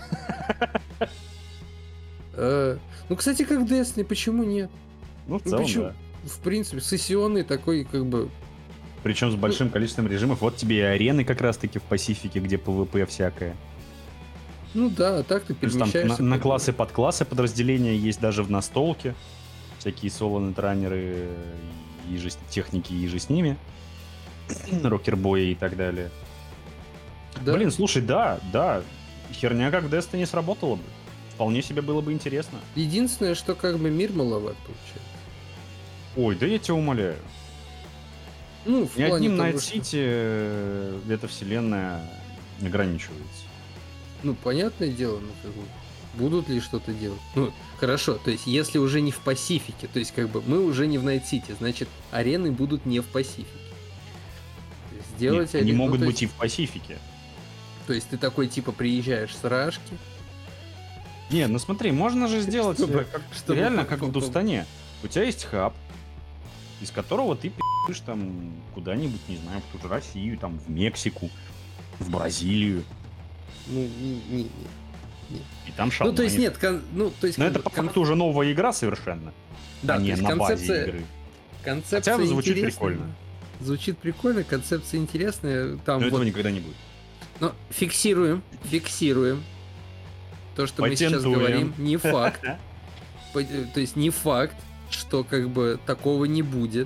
S2: Э, ну, кстати, как Destiny, почему нет?
S1: Ну, в
S2: Ну,
S1: целом,
S2: почему?
S1: да.
S2: В принципе, сессионный такой, как бы,
S1: Причем с большим количеством режимов. Вот тебе и арены как раз-таки в Пасифике, где пэ вэ пэ всякое.
S2: ну да, а так ты
S1: То есть там
S2: перемещаешься.
S1: на, на
S2: как бы.
S1: классы, подклассы подразделения есть даже в настолке. Всякие соло-нетранеры, и же с- техники, и же с ними. Рокербои и так далее.
S2: Да?
S1: Блин, слушай, да, да. Херня как в Destiny сработала бы. Вполне себе было бы интересно.
S2: Единственное, что как бы мир маловат получается.
S1: Ой, да я тебя умоляю.
S2: Ну, в
S1: Ни
S2: плане
S1: одним
S2: того,
S1: Night
S2: что-
S1: City э, эта вселенная ограничивается.
S2: Ну, понятное дело, ну, как бы, будут ли что-то делать? Ну, хорошо, то есть, если уже не в Пасифике, то есть, как бы, мы уже не в Найт-Сити, значит, арены будут не в Пасифике. То есть, сделать
S1: Нет, они
S2: арен- ну,
S1: могут
S2: то
S1: быть
S2: есть,
S1: и в Пасифике.
S2: То есть, ты такой, типа, приезжаешь с Рашки,
S1: Не, ну смотри, можно же сделать
S2: Чтобы-
S1: э, как-
S2: чтобы
S1: реально
S2: по-
S1: как
S2: по-
S1: в Дустане. У тебя есть хаб, из которого ты пи***ешь там куда-нибудь, не знаю, в ту же Россию, там, в Мексику, в Бразилию,
S2: ну, не, не- не.
S1: и там
S2: Ну,
S1: шалманит.
S2: то есть, нет, кон- ну, то есть,
S1: Но
S2: как
S1: это
S2: бы,
S1: по
S2: кон-
S1: факту уже новая игра совершенно,
S2: да,
S1: а
S2: то
S1: не
S2: есть,
S1: на базе
S2: концепция,
S1: игры.
S2: концепция
S1: Хотя звучит
S2: интересная.
S1: прикольно.
S2: Звучит прикольно, концепция интересная, там
S1: Но
S2: вот,
S1: этого никогда не будет.
S2: но фиксируем, фиксируем. То, что мы сейчас
S1: Патентуем.
S2: говорим, не факт. По- э, То есть не факт, что как бы такого не будет.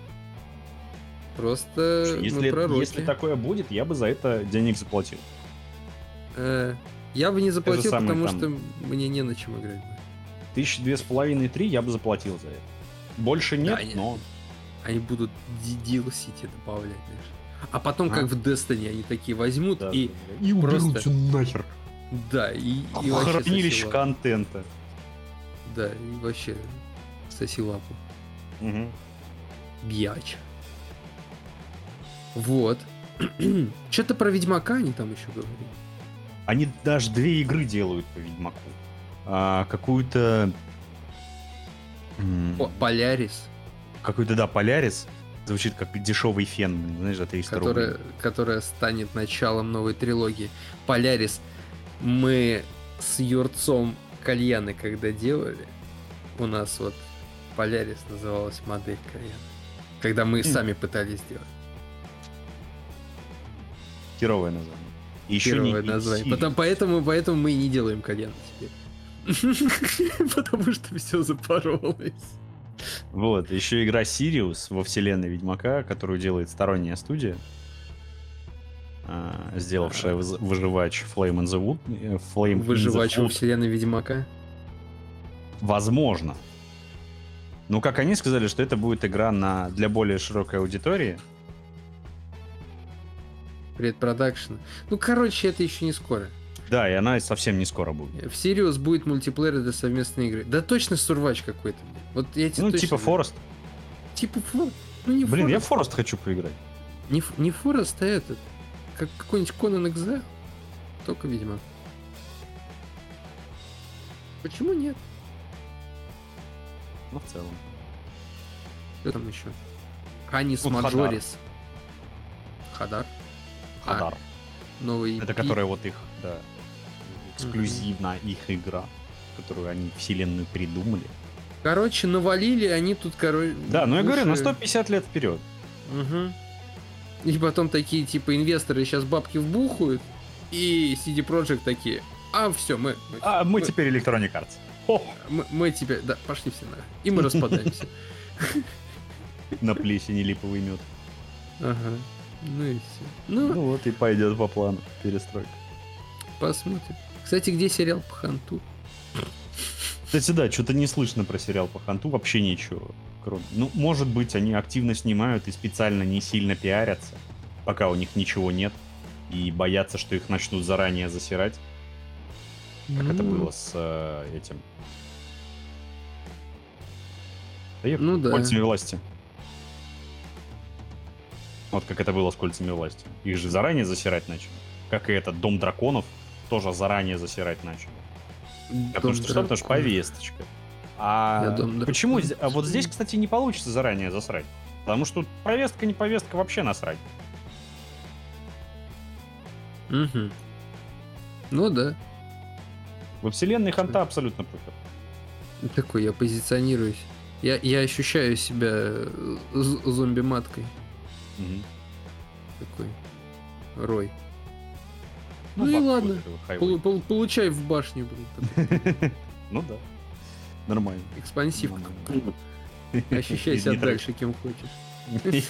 S2: Просто мы
S1: Если,
S2: пророки.
S1: если такое будет, я бы за это денег заплатил.
S2: Э, Я бы не заплатил,
S1: самое
S2: потому
S1: там.
S2: что мне не на чем играть.
S1: Тысячи две с половиной, три я бы заплатил за это. Больше нет,
S2: Да, нет.
S1: но...
S2: Они будут ди- ди эл си тебе добавлять, знаешь. А потом,
S1: А.
S2: как в Destiny, они такие возьмут
S1: Да,
S2: и...
S1: и
S2: просто-
S1: уберут всё нахер.
S2: Да, и, и вообще
S1: Хранилище
S2: соси лапу.
S1: контента.
S2: Да, и вообще соси лапу.
S1: Мгм.
S2: Бьяч. Вот. Что-то про Ведьмака они там еще говорили.
S1: Они даже две игры делают по Ведьмаку. А, какую-то... м,
S2: О, Полярис,
S1: Какой-то, да, Полярис. Звучит как дешевый фен, блин, знаешь, за триста
S2: которая,
S1: рублей.
S2: которая станет началом новой трилогии. Полярис. Мы с Юрцом кальяны когда делали, у нас вот Полярис называлась модель кальяна. Когда мы
S1: М.
S2: сами пытались сделать.
S1: Херовое название. И еще
S2: Первое
S1: не
S2: название.
S1: Сири.
S2: Потом, поэтому, поэтому мы и не делаем кальяны теперь. Потому что все запоролось.
S1: Вот, еще игра Sirius во вселенной Ведьмака, которую делает сторонняя студия, а, сделавшая выз- выживач Flame in the Wood. э, Flame in the
S2: Выживач во
S1: Wood.
S2: вселенной Ведьмака.
S1: Возможно. Ну, как они сказали, что это будет игра на, для более широкой аудитории.
S2: Предпродакшн. Ну, короче, это еще не скоро.
S1: Да, и она совсем не скоро будет.
S2: В Sirius будет мультиплеер для совместной игры. Да точно сурвач какой-то. блин. Вот я тебе
S1: Ну,
S2: точно
S1: типа
S2: говорю.
S1: Forest.
S2: Типа Forest. Ну, не
S1: Блин, я
S2: Forest.
S1: в Forest хочу поиграть.
S2: Не, Ф- не Forest, а этот. Как какой-нибудь Conan Exile. Только Ведьмак. Почему нет?
S1: Ну, в целом.
S2: Что там еще? Ханис
S1: Вот Хадар.
S2: Маджорис. Хадар? А,
S1: Хадар.
S2: новый
S1: Это
S2: и пи.
S1: которая вот их, да, эксклюзивно их игра, которую они вселенную придумали.
S2: Короче, навалили они тут, короче...
S1: Да, ну я говорю, на сто пятьдесят лет вперед.
S2: Угу. И потом такие, типа, инвесторы сейчас бабки вбухают, и си ди Projekt такие, а, все, мы... мы,
S1: А мы теперь Electronic Arts. О,
S2: мы, мы теперь... Да, пошли все нахуй. И мы распадаемся.
S1: на плесени липовый мед.
S2: Ага. Ну и все. Ну,
S1: Ну вот и пойдет по плану перестройка.
S2: посмотрим. Кстати, где сериал по Ханту?
S1: Кстати, да, что-то не слышно про сериал по Ханту, вообще ничего. Кроме... Ну, может быть, они активно снимают и специально не сильно пиарятся, пока у них ничего нет, и боятся, что их начнут заранее засирать, как это
S2: Ну,
S1: было с э, этим. Да я
S2: Ну да.
S1: кольцами власти. Вот как это было с кольцами власти. Их же заранее засирать начали. Как и этот Дом драконов тоже заранее засирать начали. Потому что что? Потому что повесточка. А
S2: Я Дом
S1: почему?
S2: драконов
S1: зд- А вот здесь,
S2: посмотрю.
S1: кстати, не получится заранее засрать. Потому что тут повестка, не повестка, вообще насрать.
S2: Мгм. Ну да.
S1: Во вселенной Ханта абсолютно пофиг.
S2: Такой я позиционируюсь. Я, я ощущаю себя э, з- зомби-маткой.
S1: Мгм.
S2: Такой. Рой.
S1: Ну,
S2: Ну, и
S1: бабка
S2: ладно.
S1: вот этого хайвей.
S2: Полу- пол- получай в башню, блин.
S1: Ну да. Нормально.
S2: Экспансив.
S1: Нормально.
S2: Ощущай
S1: Из
S2: себя
S1: нитро.
S2: дальше, кем хочешь.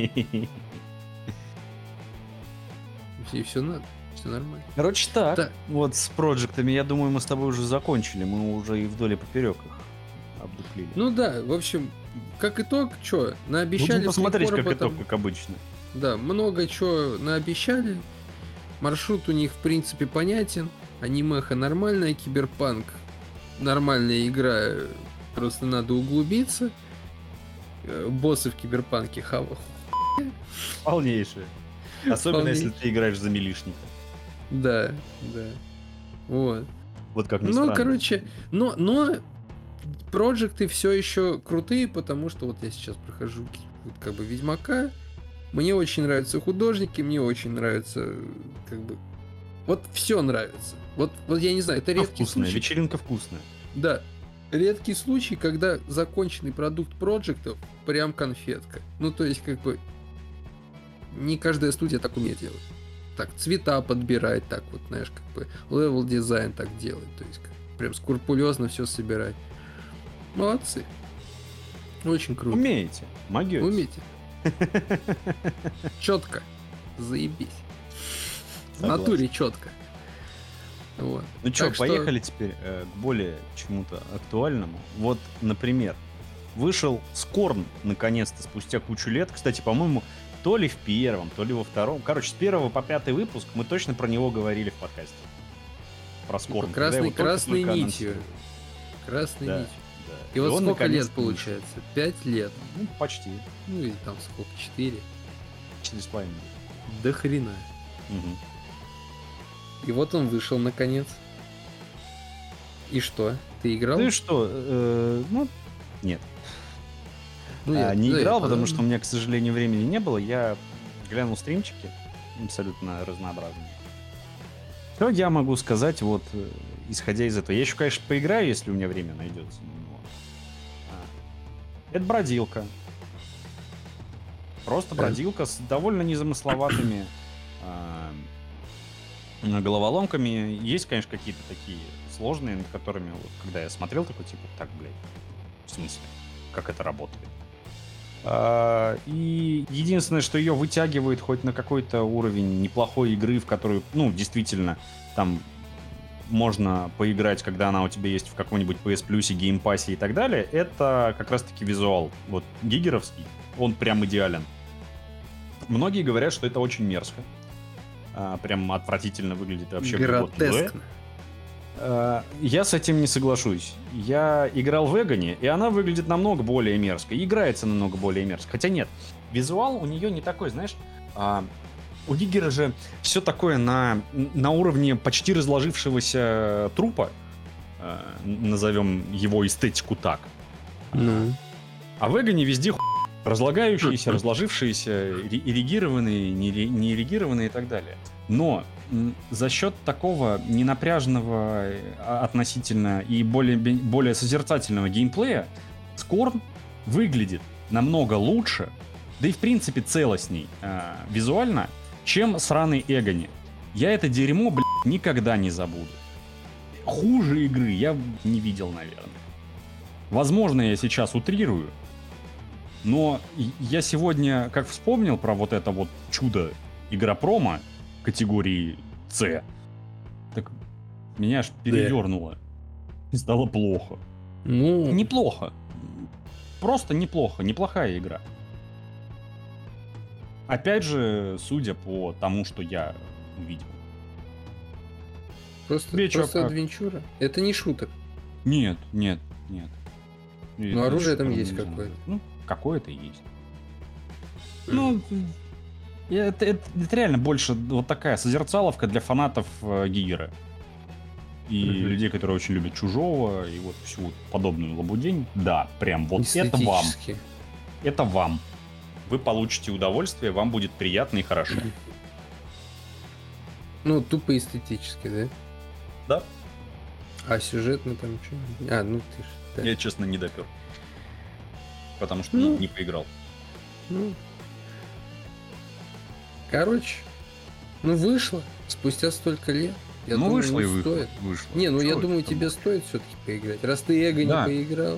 S2: И все надо. Все нормально.
S1: Короче, так.
S2: Так.
S1: Вот с проектами, я думаю, мы с тобой уже закончили. Мы уже и вдоль и поперек их обдуплили.
S2: Ну да, в общем, как итог, что, наобещали
S1: Будем посмотреть, как
S2: флипкорпа
S1: итог,
S2: там-
S1: как обычно.
S2: Да, много чего наобещали. Маршрут у них, в принципе, понятен. Анимеха нормальная, киберпанк нормальная игра, просто надо углубиться. Э, Боссы в киберпанке хава.
S1: Полнейшее. Особенно, если
S2: Полнейшее.
S1: ты играешь за милишника.
S2: Да, да. Вот.
S1: Вот как ни
S2: Ну,
S1: странно.
S2: короче, но, но проекты все еще крутые, потому что вот я сейчас прохожу вот как бы Ведьмака. Мне очень нравятся художники, мне очень нравится как бы вот все нравится. Вот, вот я не знаю, это
S1: Ну,
S2: редкий
S1: вкусная,
S2: случай.
S1: вечеринка вкусная.
S2: Да, редкий случай, когда законченный продукт проектов прям конфетка. Ну, то есть, как бы, не каждая студия так умеет делать. Так, цвета подбирать, так вот, знаешь, как бы, левел дизайн так делать. То есть, как, прям скрупулезно все собирать. Молодцы. Очень круто.
S1: Умеете. Могете.
S2: Умеете. Четко. Заебись. В
S1: Согласен.
S2: натуре четко. Вот.
S1: Ну что,
S2: Так что-
S1: поехали теперь э, к более чему-то актуальному. Вот, например, вышел Скорн наконец-то спустя кучу лет. Кстати, по-моему, то ли в первом, то ли во втором. Короче, с первого по пятый выпуск мы точно про него говорили в подкасте. Про Скорн.
S2: Типа
S1: когда
S2: красной-
S1: его только-
S2: красной
S1: только
S2: нитью.
S1: анонсировали.
S2: Красной
S1: Да,
S2: нитью.
S1: да.
S2: И вот
S1: он
S2: сколько лет
S1: наконец-то вышел.
S2: получается? Пять лет.
S1: Ну, почти.
S2: Ну или там сколько? Четыре.
S1: Четыре с половиной.
S2: До хрена.
S1: Мгм.
S2: И вот он вышел наконец. И что? Ты играл?
S1: Ну и что? э, ну, нет.
S2: Ну,
S1: А,
S2: я-
S1: не
S2: да, я
S1: играл, потому
S2: подумал.
S1: что у меня, к сожалению, времени не было. Я глянул стримчики, абсолютно разнообразные. Что я могу сказать, вот, э, исходя из этого? Я еще, конечно, поиграю, если у меня время найдется. но, а, Это бродилка. Просто
S2: Да.
S1: бродилка с довольно незамысловатыми а, головоломками. Есть, конечно, какие-то такие сложные, над которыми, вот, когда я смотрел, такой, типа, так, блядь, в смысле, как это работает? А, и единственное, что ее вытягивает хоть на какой-то уровень неплохой игры, в которую, ну, действительно, там можно поиграть, когда она у тебя есть в каком-нибудь пи эс Plus, геймпассе и так далее, это как раз-таки визуал. Вот гигеровский, он прям идеален. Многие говорят, что это очень мерзко. А, прям отвратительно выглядит вообще.
S2: Гротескно.
S1: А, я с этим не соглашусь. Я играл в Эгоне, и она выглядит намного более мерзко. И играется намного более мерзко. Хотя нет, визуал у нее не такой, знаешь... А, у Гигера же все такое на, на уровне почти разложившегося трупа. А, назовем его эстетику так.
S2: Ну.
S1: А в Эгоне везде ху... разлагающиеся, разложившиеся, ирригированные, неирригированные и так далее. Но м, за счет такого ненапряженного а, относительно и более, более созерцательного геймплея Скорн выглядит намного лучше, да и в принципе целостней э, визуально, чем сраный Эгони. Я это дерьмо, блядь, никогда не забуду. Хуже игры я не видел, наверное. Возможно, я сейчас утрирую, но я сегодня, как вспомнил про вот это вот чудо игропрома категории С, так меня аж передернуло. И стало плохо.
S2: Ну...
S1: Неплохо. Просто неплохо. Неплохая игра. Опять же, судя по тому, что я увидел.
S2: Просто,
S1: Тебе
S2: просто
S1: чё,
S2: адвенчура. Это не шутер.
S1: Нет, нет, нет.
S2: Ну, оружие там есть какое-то.
S1: Ну, какое-то есть. Ну, это, это, это реально больше вот такая созерцаловка для фанатов э, Гигера. И mm-hmm. людей, которые очень любят Чужого, и вот всю вот подобную лабудень. Да, прям вот это вам. Это вам. Вы получите удовольствие, вам будет приятно и хорошо.
S2: Ну, тупо эстетически, да?
S1: Да.
S2: А сюжетно там что? А, ну ты ж...
S1: Да. Я, честно, не допер. Потому что ну, не, не поиграл.
S2: Ну... Короче, ну вышло. Спустя столько лет. Я
S1: ну,
S2: думаю,
S1: вышло
S2: ну,
S1: и вышло.
S2: стоит.
S1: вышло.
S2: Не, ну
S1: Чего
S2: я думаю, тебе было? Стоит все-таки поиграть. Раз ты Эго да. не поиграл,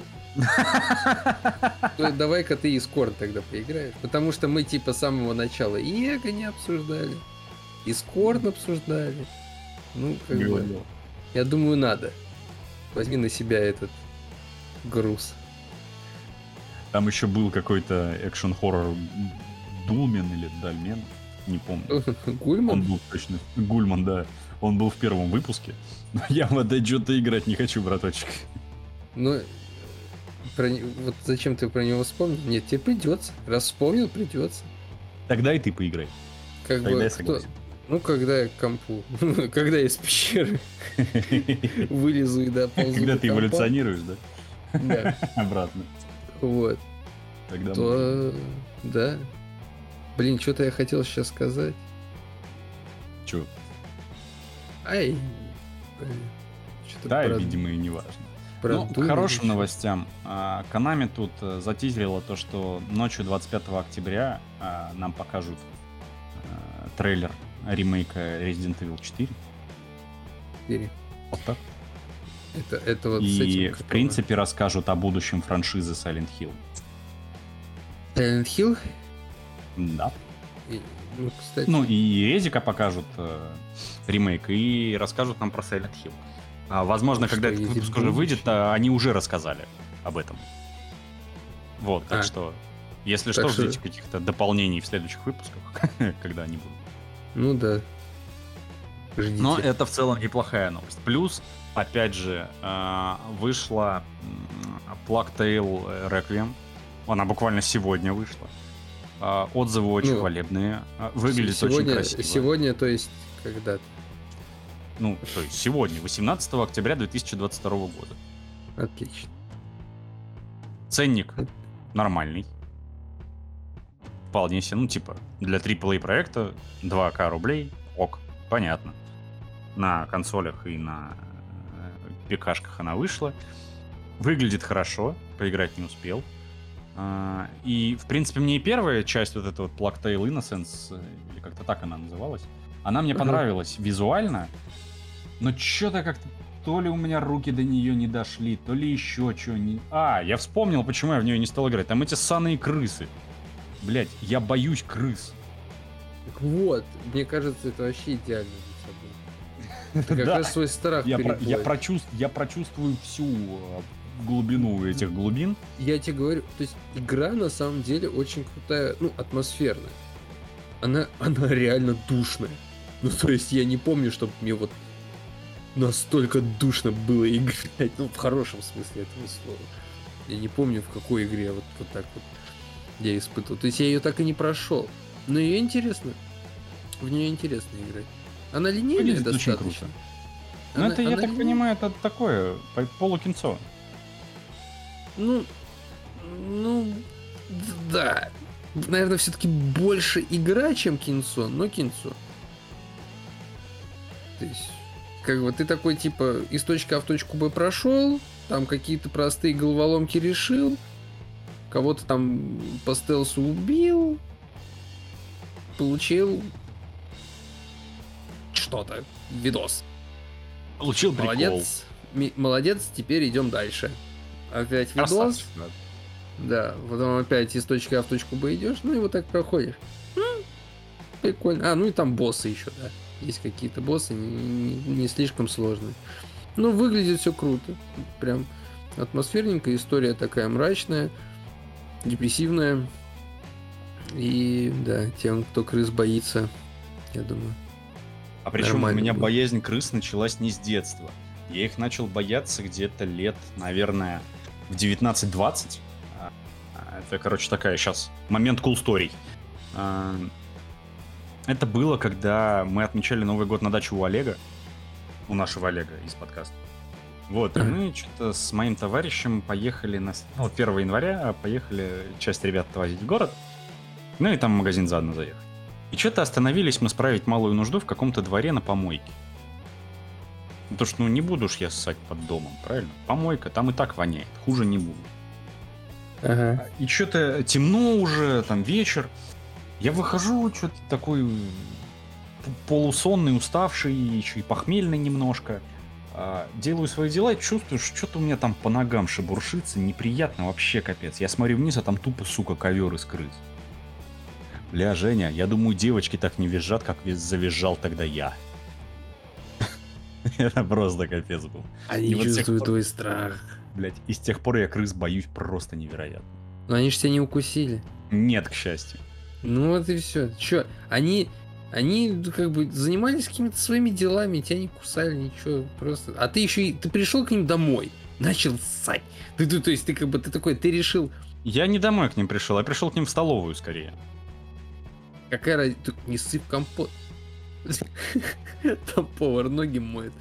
S2: то давай-ка ты и Скорн тогда поиграешь. Потому что мы типа с самого начала и Эго не обсуждали, и Скорн обсуждали. Ну, как бы, я думаю, надо. Возьми на себя этот груз.
S1: Там еще был какой-то экшн-хоррор Дулмен или Дальмен, не помню.
S2: Гульман?
S1: Он был точно. Гульман, да. Он был в первом выпуске. Но я в это что-то играть не хочу, браточек.
S2: Ну, про... вот зачем ты про него вспомнил? Нет, тебе придется. Раз вспомнил, придется.
S1: Тогда и ты поиграй.
S2: Как
S1: Тогда
S2: бы,
S1: я согласен.
S2: Кто... Ну, когда я к компу, когда я из пещеры вылезу и доползу.
S1: Когда ты эволюционируешь, да?
S2: Да.
S1: Обратно.
S2: Вот.
S1: Тогда
S2: то... Да. Блин, что-то я хотел сейчас сказать.
S1: Че?
S2: Ай.
S1: Да, видимо, и не важно. Ну, к хорошим новостям. Konami тут затизерила то, что ночью двадцать пятого октября нам покажут трейлер ремейка Resident Evil четыре.
S2: четыре.
S1: Вот так.
S2: Это, это вот
S1: и,
S2: с этим,
S1: в принципе, расскажут о будущем франшизы Silent Hill.
S2: Silent Hill?
S1: Да.
S2: И, ну, кстати...
S1: ну, и Резика покажут э, ремейк, и расскажут нам про Silent Hill. А, возможно, ну, когда этот выпуск уже выйдет, а, они уже рассказали об этом. Вот, так а. что, если так что, что, ждите каких-то дополнений в следующих выпусках, когда они будут.
S2: Ну да.
S1: Ждите. Но это в целом неплохая новость. Плюс, опять же, вышла Plague Tale Requiem. Она буквально сегодня вышла. Отзывы очень ну, хвалебные. Выглядит
S2: сегодня,
S1: очень красиво.
S2: Сегодня, то есть, когда?
S1: Ну, то есть сегодня, восемнадцатого октября две тысячи двадцать второго года.
S2: Отлично.
S1: Ценник нормальный. Вполне себе, ну, типа, для трипл эй проекта два тысячи рублей. Ок, понятно. На консолях и на ПКшках она вышла. Выглядит хорошо, поиграть не успел. И, в принципе, мне и первая часть, вот эта вот Plague Tale Innocence, или как-то так она называлась, Она мне
S2: Ага.
S1: понравилась визуально, но что-то как-то то ли у меня руки до нее не дошли, то ли еще что. Не... А, я вспомнил, почему я в нее не стал играть. Там эти ссаные крысы. Блять, я боюсь крыс.
S2: Так вот, мне кажется, это вообще идеально для тебя. Ты как
S1: Да.
S2: раз свой страх
S1: Я, про- я,
S2: переборешь.
S1: прочувств- я прочувствую всю э, глубину этих глубин.
S2: Я тебе говорю, то есть игра на самом деле очень крутая, ну, атмосферная. Она, она реально душная. Ну, то есть я не помню, чтобы мне вот настолько душно было играть. Ну, в хорошем смысле этого слова. Я не помню, в какой игре вот, вот так вот я испытывал. То есть я ее так и не прошел. Но ее интересно. В нее интересно играть. Она линейная
S1: Выглядит очень
S2: достаточно.
S1: круто. Ну,
S2: Она-
S1: это, я
S2: она
S1: так
S2: линейная.
S1: понимаю, это такое, по- полукинцо.
S2: Ну, ну, д- да. Наверное, все-таки больше игра, чем кинцо, но кинцо. То есть, как бы ты такой, типа, из точки А в точку Б прошел, там какие-то простые головоломки решил, кого-то там по стелсу убил, получил что-то, видос.
S1: Получил прикол.
S2: Молодец, ми- молодец, теперь идем дальше. Опять видос.
S1: Красавчик, да.
S2: Да, потом опять из точки А в точку Б идешь, ну и вот так проходишь. М, Прикольно. А, ну и там боссы еще, да. Есть какие-то боссы, не, не- не слишком сложные. Ну, выглядит все круто. Прям атмосферненько, история такая мрачная, депрессивная. И да, тем, кто крыс боится, я думаю.
S1: А причем у
S2: Нормально
S1: меня
S2: было.
S1: боязнь крыс началась не с детства. Я их начал бояться где-то лет, наверное, в девятнадцать-двадцать. А, а, Это, короче, такая сейчас момент cool story. А, Это было, когда мы отмечали Новый год на даче у Олега. У нашего Олега из подкаста. Вот, и
S2: Ага.
S1: мы что-то с моим товарищем поехали на... с- Ну, вот первого января поехали часть ребят возить в город. Ну и там в магазин заодно заехали. И что-то остановились мы справить малую нужду в каком-то дворе на помойке. Потому что, ну, не буду ж я ссать под домом, правильно? Помойка, там и так воняет, хуже не буду.
S2: Ага.
S1: И что-то темно уже, там вечер. Я выхожу, что-то такой п- полусонный, уставший, еще и похмельный немножко. А, Делаю свои дела и чувствую, что что-то у меня там по ногам шебуршится, неприятно вообще капец. Я смотрю вниз, а там тупо, сука, ковер из крыс. Бля, Женя, я думаю, девочки так не визжат, как виз- завизжал тогда я. Это просто капец был.
S2: Они
S1: И вот с тех
S2: чувствуют
S1: пор-
S2: твой страх.
S1: Блять, и с тех пор я крыс боюсь просто невероятно.
S2: Но они же тебя не укусили.
S1: Нет, к счастью.
S2: Ну вот и все. Че, они, они ну, как бы занимались какими-то своими делами, тебя не кусали, ничего, просто. А ты еще и ты пришел к ним домой, начал ссать. Ты, ты, то есть ты как бы ты такой, ты решил,
S1: Я не домой к ним пришел, я пришел к ним в столовую скорее.
S2: какая разница, ты не сыпь компот. Там повар ноги моет.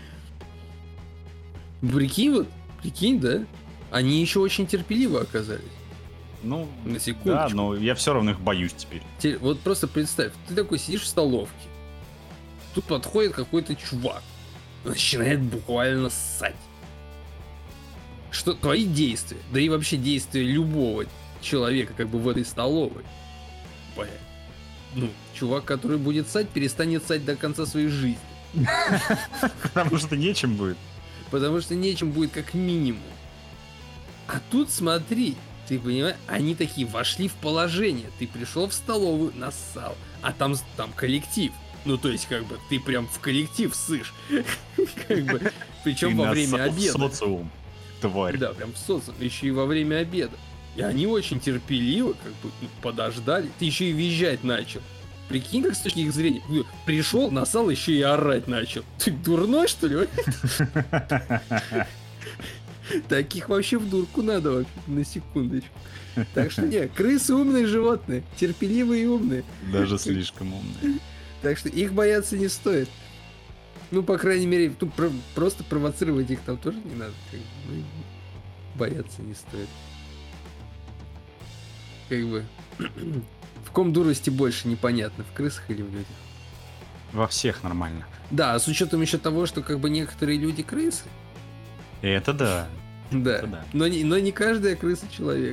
S2: Прикинь, вот, прикинь, да? Они еще очень терпеливо оказались.
S1: Ну,
S2: На секундочку.
S1: да, но я все равно их боюсь теперь.
S2: Те- Вот просто представь, ты такой сидишь в столовке, тут подходит какой-то чувак, начинает буквально ссать. Что твои действия, да и вообще действия любого человека как бы в этой столовой. Бля. Ну, чувак, который будет ссать, перестанет ссать до конца своей жизни.
S1: Потому что нечем будет.
S2: Потому что нечем будет как минимум. А тут смотри, ты понимаешь, они такие вошли в положение. Ты пришел в столовую, нассал, а там, там коллектив. Ну, то есть, как бы, ты прям в коллектив ссышь. Как бы, причем
S1: Ты
S2: во
S1: на
S2: время
S1: со-
S2: обеда.
S1: Социум, тварь.
S2: Да, прям в социум, еще и во время обеда. И они очень терпеливо, как бы, ну, подождали. Ты еще и визжать начал. Прикинь, как с точки их зрения. Ну, пришел, нассал, еще и орать начал. Ты дурной, что ли? Таких вообще в дурку надо, вообще, на секундочку. Так что не, крысы умные животные, терпеливые и умные.
S1: Даже слишком умный.
S2: Так что их бояться не стоит. Ну, по крайней мере, тут про- просто провоцировать их там тоже не надо. Как бы, ну, и бояться не стоит. Как бы... В ком дурости больше непонятно, в крысах или в людях?
S1: Во всех нормально.
S2: Да, с учетом еще того, что как бы некоторые люди крысы.
S1: Это да.
S2: Да.
S1: Это да.
S2: Но, не, но не каждая крыса человек.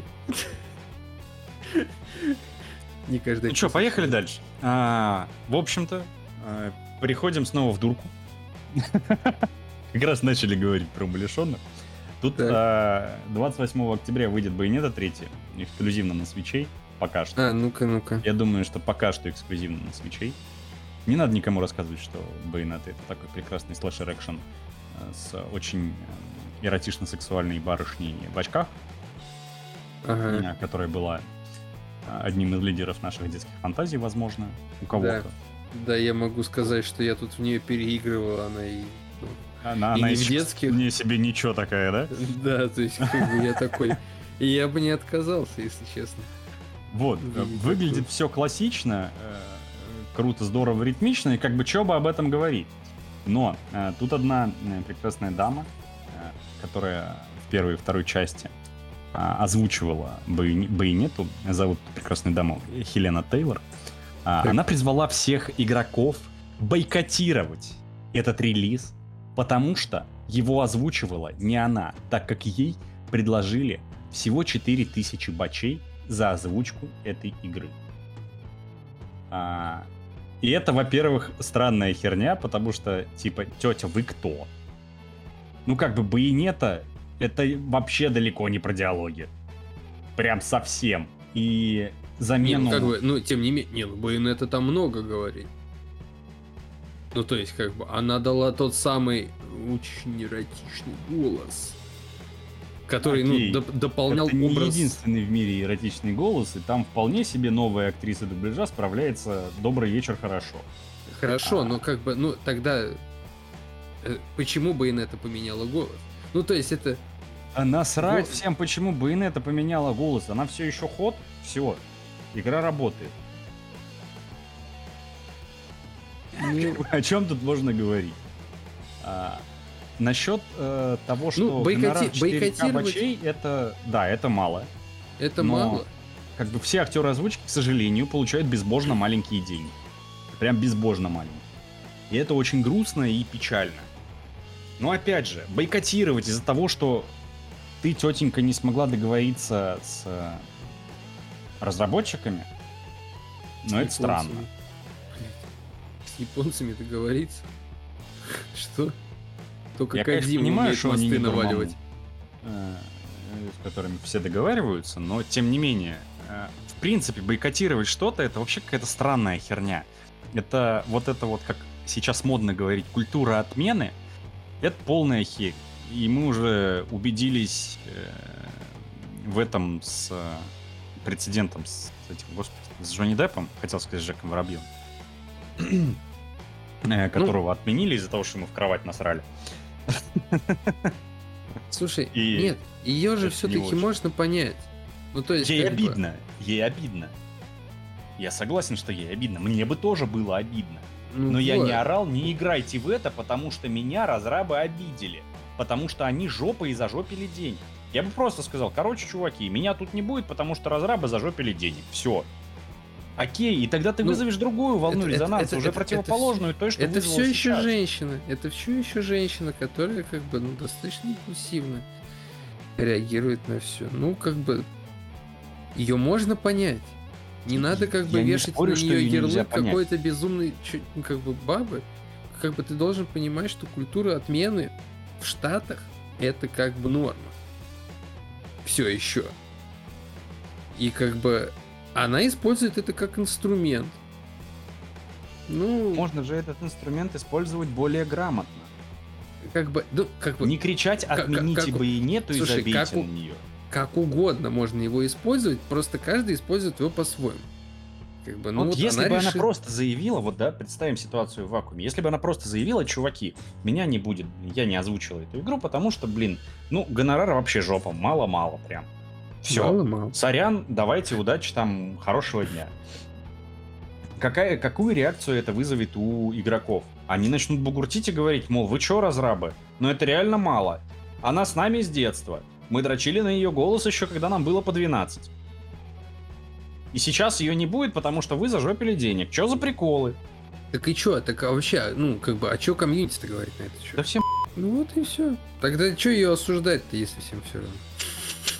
S2: Не каждая
S1: Ну что,
S2: крыса
S1: поехали
S2: человек.
S1: дальше. А, в общем-то, э, переходим снова в дурку. Как раз начали говорить про умалишенных. Тут э, двадцать восьмого октября выйдет Bayonetta три, эксклюзивно на свитчей. Пока что.
S2: А, ну-ка, ну-ка.
S1: Я думаю, что пока что эксклюзивно на свитчей. Не надо никому рассказывать, что Bayonetta — это такой прекрасный слэшер-экшен с очень эротично-сексуальной барышней в очках, ага. которая была одним из лидеров наших детских фантазий, возможно, у кого-то.
S2: Да, да, я могу сказать, что я тут в нее переигрывал, она и... Ну,
S1: она
S2: и
S1: она
S2: не в детских...
S1: Не себе ничего такая, да?
S2: Да, то есть как бы я такой... И я бы не отказался, если честно.
S1: Вот, выглядит все классично, круто, здорово, ритмично, и как бы что бы об этом говорить. Но э, тут одна э, прекрасная дама, э, которая в первой и второй части э, озвучивала Bayonetta, зовут прекрасную даму Хелена Тейлор, э, она призвала всех игроков бойкотировать этот релиз, потому что его озвучивала не она, так как ей предложили всего четыре тысячи бачей за озвучку этой игры. А, и это, во-первых, странная херня, потому что, типа, тетя, вы кто? Ну, как бы, Bayonetta — это вообще далеко не про диалоги. Прям совсем. И замену...
S2: Не, ну, как бы, ну, тем не менее, не, ну, Bayonetta там много говорит. Ну, то есть, как бы, она дала тот самый очень эротичный голос, который, Окей. ну, доп- дополнял
S1: это
S2: образ...
S1: не единственный в мире эротичный голос, и там вполне себе новая актриса дубляжа справляется «Добрый вечер, хорошо».
S2: Хорошо, а... но как бы, ну, тогда... Почему Bayonetta поменяла голос? Ну, то есть, это...
S1: А насрать голос... всем, почему Bayonetta поменяла голос. Она все еще ход, все, игра работает. Ну... О чем тут можно говорить? А... Насчет э, того, что
S2: ну, бойкоти...
S1: четыре ка бачей, это, да, это мало.
S2: Это
S1: но,
S2: мало.
S1: Как бы все актеры озвучки, к сожалению, получают безбожно маленькие деньги. Прям безбожно маленькие. И это очень грустно и печально. Но опять же, бойкотировать из-за того, что ты, тетенька, не смогла договориться с разработчиками, с ну это странно.
S2: С японцами договориться? Что? Только
S1: я, конечно,
S2: Кодзима
S1: понимаю,
S2: умеет
S1: что они не
S2: наваливать.
S1: Э, с которыми все договариваются, но тем не менее, э, в принципе, бойкотировать что-то — это вообще какая-то странная херня. Это вот это вот, как сейчас модно говорить, культура отмены, это полная херь. И мы уже убедились э, в этом с э, прецедентом, с этим, господи, с Джонни Деппом, хотел сказать, с Джеком Воробьем, которого ну, отменили из-за того, что мы в кровать насрали.
S2: Слушай, и нет, ее же все-таки можно понять. Ну, то есть,
S1: ей обидно, бы... ей обидно. Я согласен, что ей обидно. Мне бы тоже было обидно. Ну, Но вот. Я не орал, не играйте в это, потому что меня разрабы обидели. Потому что они жопой зажопили денег. Я бы просто сказал, короче, чуваки, меня тут не будет, потому что разрабы зажопили денег. Все. Окей, и тогда ты ну, вызовешь другую волну это, резонанса, это, уже это, противоположную
S2: это,
S1: той, что
S2: это все еще
S1: сейчас.
S2: женщина. Это все еще женщина, которая как бы ну, достаточно импульсивно реагирует на все. Ну, как бы ее можно понять. Не надо как бы
S1: Я
S2: вешать
S1: спорю,
S2: на нее ярлык
S1: какой-то
S2: безумной как бы бабы. Как бы ты должен понимать, что культура отмены в Штатах это как бы норма. Все еще. И как бы она использует это как инструмент. Ну,
S1: можно же этот инструмент использовать более грамотно.
S2: Как бы, ну, как бы...
S1: Не кричать «отмените Bayonetta» и забейте
S2: как,
S1: на нее.
S2: Как угодно можно его использовать, просто каждый использует его по-своему. Как бы, ну,
S1: вот
S2: вот
S1: если
S2: она
S1: бы
S2: решит...
S1: она просто заявила, вот да, представим ситуацию в вакууме, если бы она просто заявила, чуваки, меня не будет, я не озвучил эту игру, потому что, блин, ну, гонорара вообще жопа, мало-мало прям. Все,
S2: мало-мало.
S1: Сорян, давайте, удачи, там, хорошего дня. Какая, какую реакцию это вызовет у игроков? Они начнут бугуртить и говорить, мол, вы чё, разрабы? Но это реально мало. Она с нами с детства. Мы дрочили на ее голос еще, когда нам было по двенадцать. И сейчас ее не будет, потому что вы зажопили денег. Чё за приколы?
S2: Так и чё? Так а вообще, ну, как бы, а чё комьюнити-то говорит на это? Чё?
S1: Да всем.
S2: Ну вот и все. Тогда чё ее осуждать-то, если всем все равно?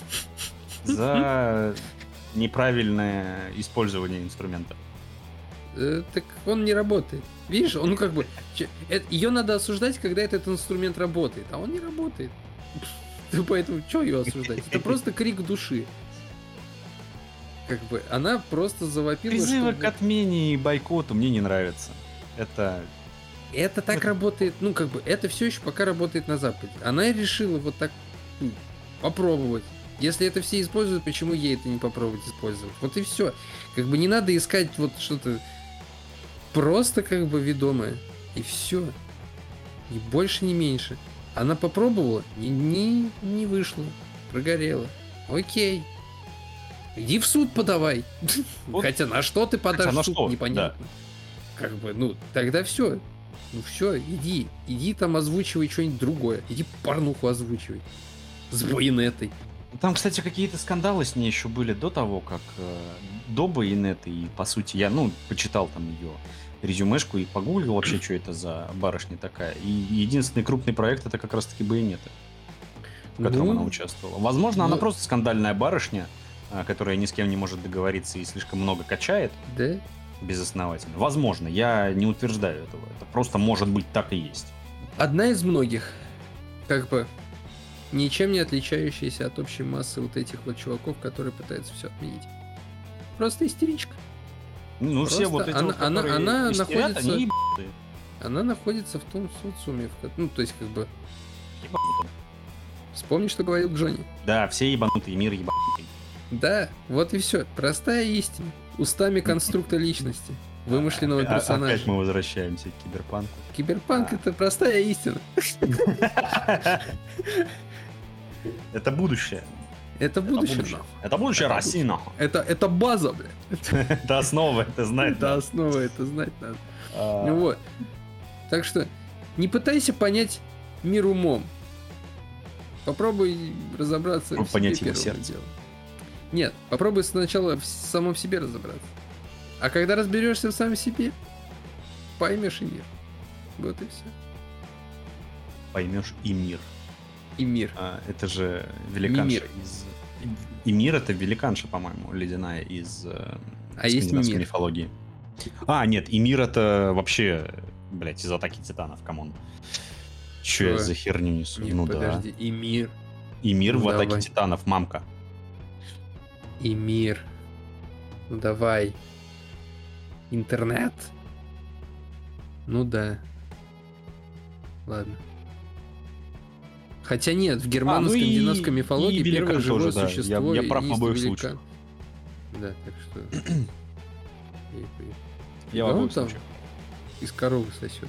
S1: За неправильное использование инструмента.
S2: э, так он не работает. Видишь, он как бы... Ее надо осуждать, когда этот инструмент работает, а он не работает. Поэтому что ее осуждать? Это просто крик души. Как бы она просто завопила...
S1: Призывы
S2: чтобы...
S1: к отмене и бойкоту мне не нравятся. Это...
S2: Это так это... работает, ну как бы, это все еще пока работает на Западе. Она решила вот так ну, попробовать. Если это все используют, почему ей это не попробовать использовать? Вот и все. Как бы не надо искать вот что-то просто как бы ведомое. И все. И больше, не меньше. Она попробовала, и не, не вышло. Прогорела. Окей. Иди в суд подавай. Вот. Хотя на что ты подашь в суд, что? Непонятно. Да. Как бы, ну, тогда все. Ну все, иди. Иди там озвучивай что-нибудь другое. Иди порнуху озвучивай. С Байонетой.
S1: Там, кстати, какие-то скандалы с ней еще были до того, как э, до Байонеты. И, по сути, я, ну, почитал там ее резюмешку и погуглил вообще, что это за барышня такая. И единственный крупный проект — это как раз-таки Байонета, в котором ну, она участвовала. Возможно, ну, она просто скандальная барышня, которая ни с кем не может договориться и слишком много качает.
S2: Да?
S1: Безосновательно. Возможно, я не утверждаю этого. Это просто может быть так и есть.
S2: Одна из многих, как бы, ничем не отличающаяся от общей массы вот этих вот чуваков, которые пытаются все отменить. Просто истеричка.
S1: Ну, просто все вот эти
S2: она,
S1: вот, которые
S2: она, она
S1: истерят,
S2: находится,
S1: они ебанутые.
S2: Она находится в том социуме, в, ну, то есть, как бы...
S1: Ебанутые.
S2: Вспомни, что говорил Джонни.
S1: Да, все ебанутые, мир ебанутый.
S2: Да, вот и все. Простая истина. Устами конструкта личности. Вымышленного персонажа.
S1: Опять мы возвращаемся к киберпанку.
S2: Киберпанк — это простая истина.
S1: Это будущее.
S2: Это будущее.
S1: Это будущее России, нахуй.
S2: Это, это база, блядь.
S1: Это основа, это знать.
S2: Это основа, это знать надо. Ну вот. Так что не пытайся понять мир умом. Попробуй разобраться в себе.
S1: Понять его сердцем.
S2: Нет, попробуй сначала в самом себе разобраться. А когда разберешься в самом себе, поймешь и мир. Вот и все.
S1: Поймешь и мир.
S2: И мир.
S1: А, это же великанша
S2: мир.
S1: из... И мир — это великанша, по-моему, ледяная из
S2: а
S1: скандинавской
S2: есть
S1: мифологии. А, нет, и мир — это вообще, блять, из Атаки Титанов, камон. Че я за херню несу?
S2: Нет,
S1: ну
S2: подожди,
S1: да.
S2: и мир.
S1: И мир
S2: ну,
S1: в Атаке
S2: давай.
S1: Титанов, мамка.
S2: И мир. Ну давай. Интернет? Ну да. Ладно. Хотя нет, в германо-скандинавской а, ну мифологии и первое живое тоже, существо.
S1: Да. Я, я прав в обоих случаях.
S2: Да, так что...
S1: Я в обоих случаях.
S2: Из коровы сосет.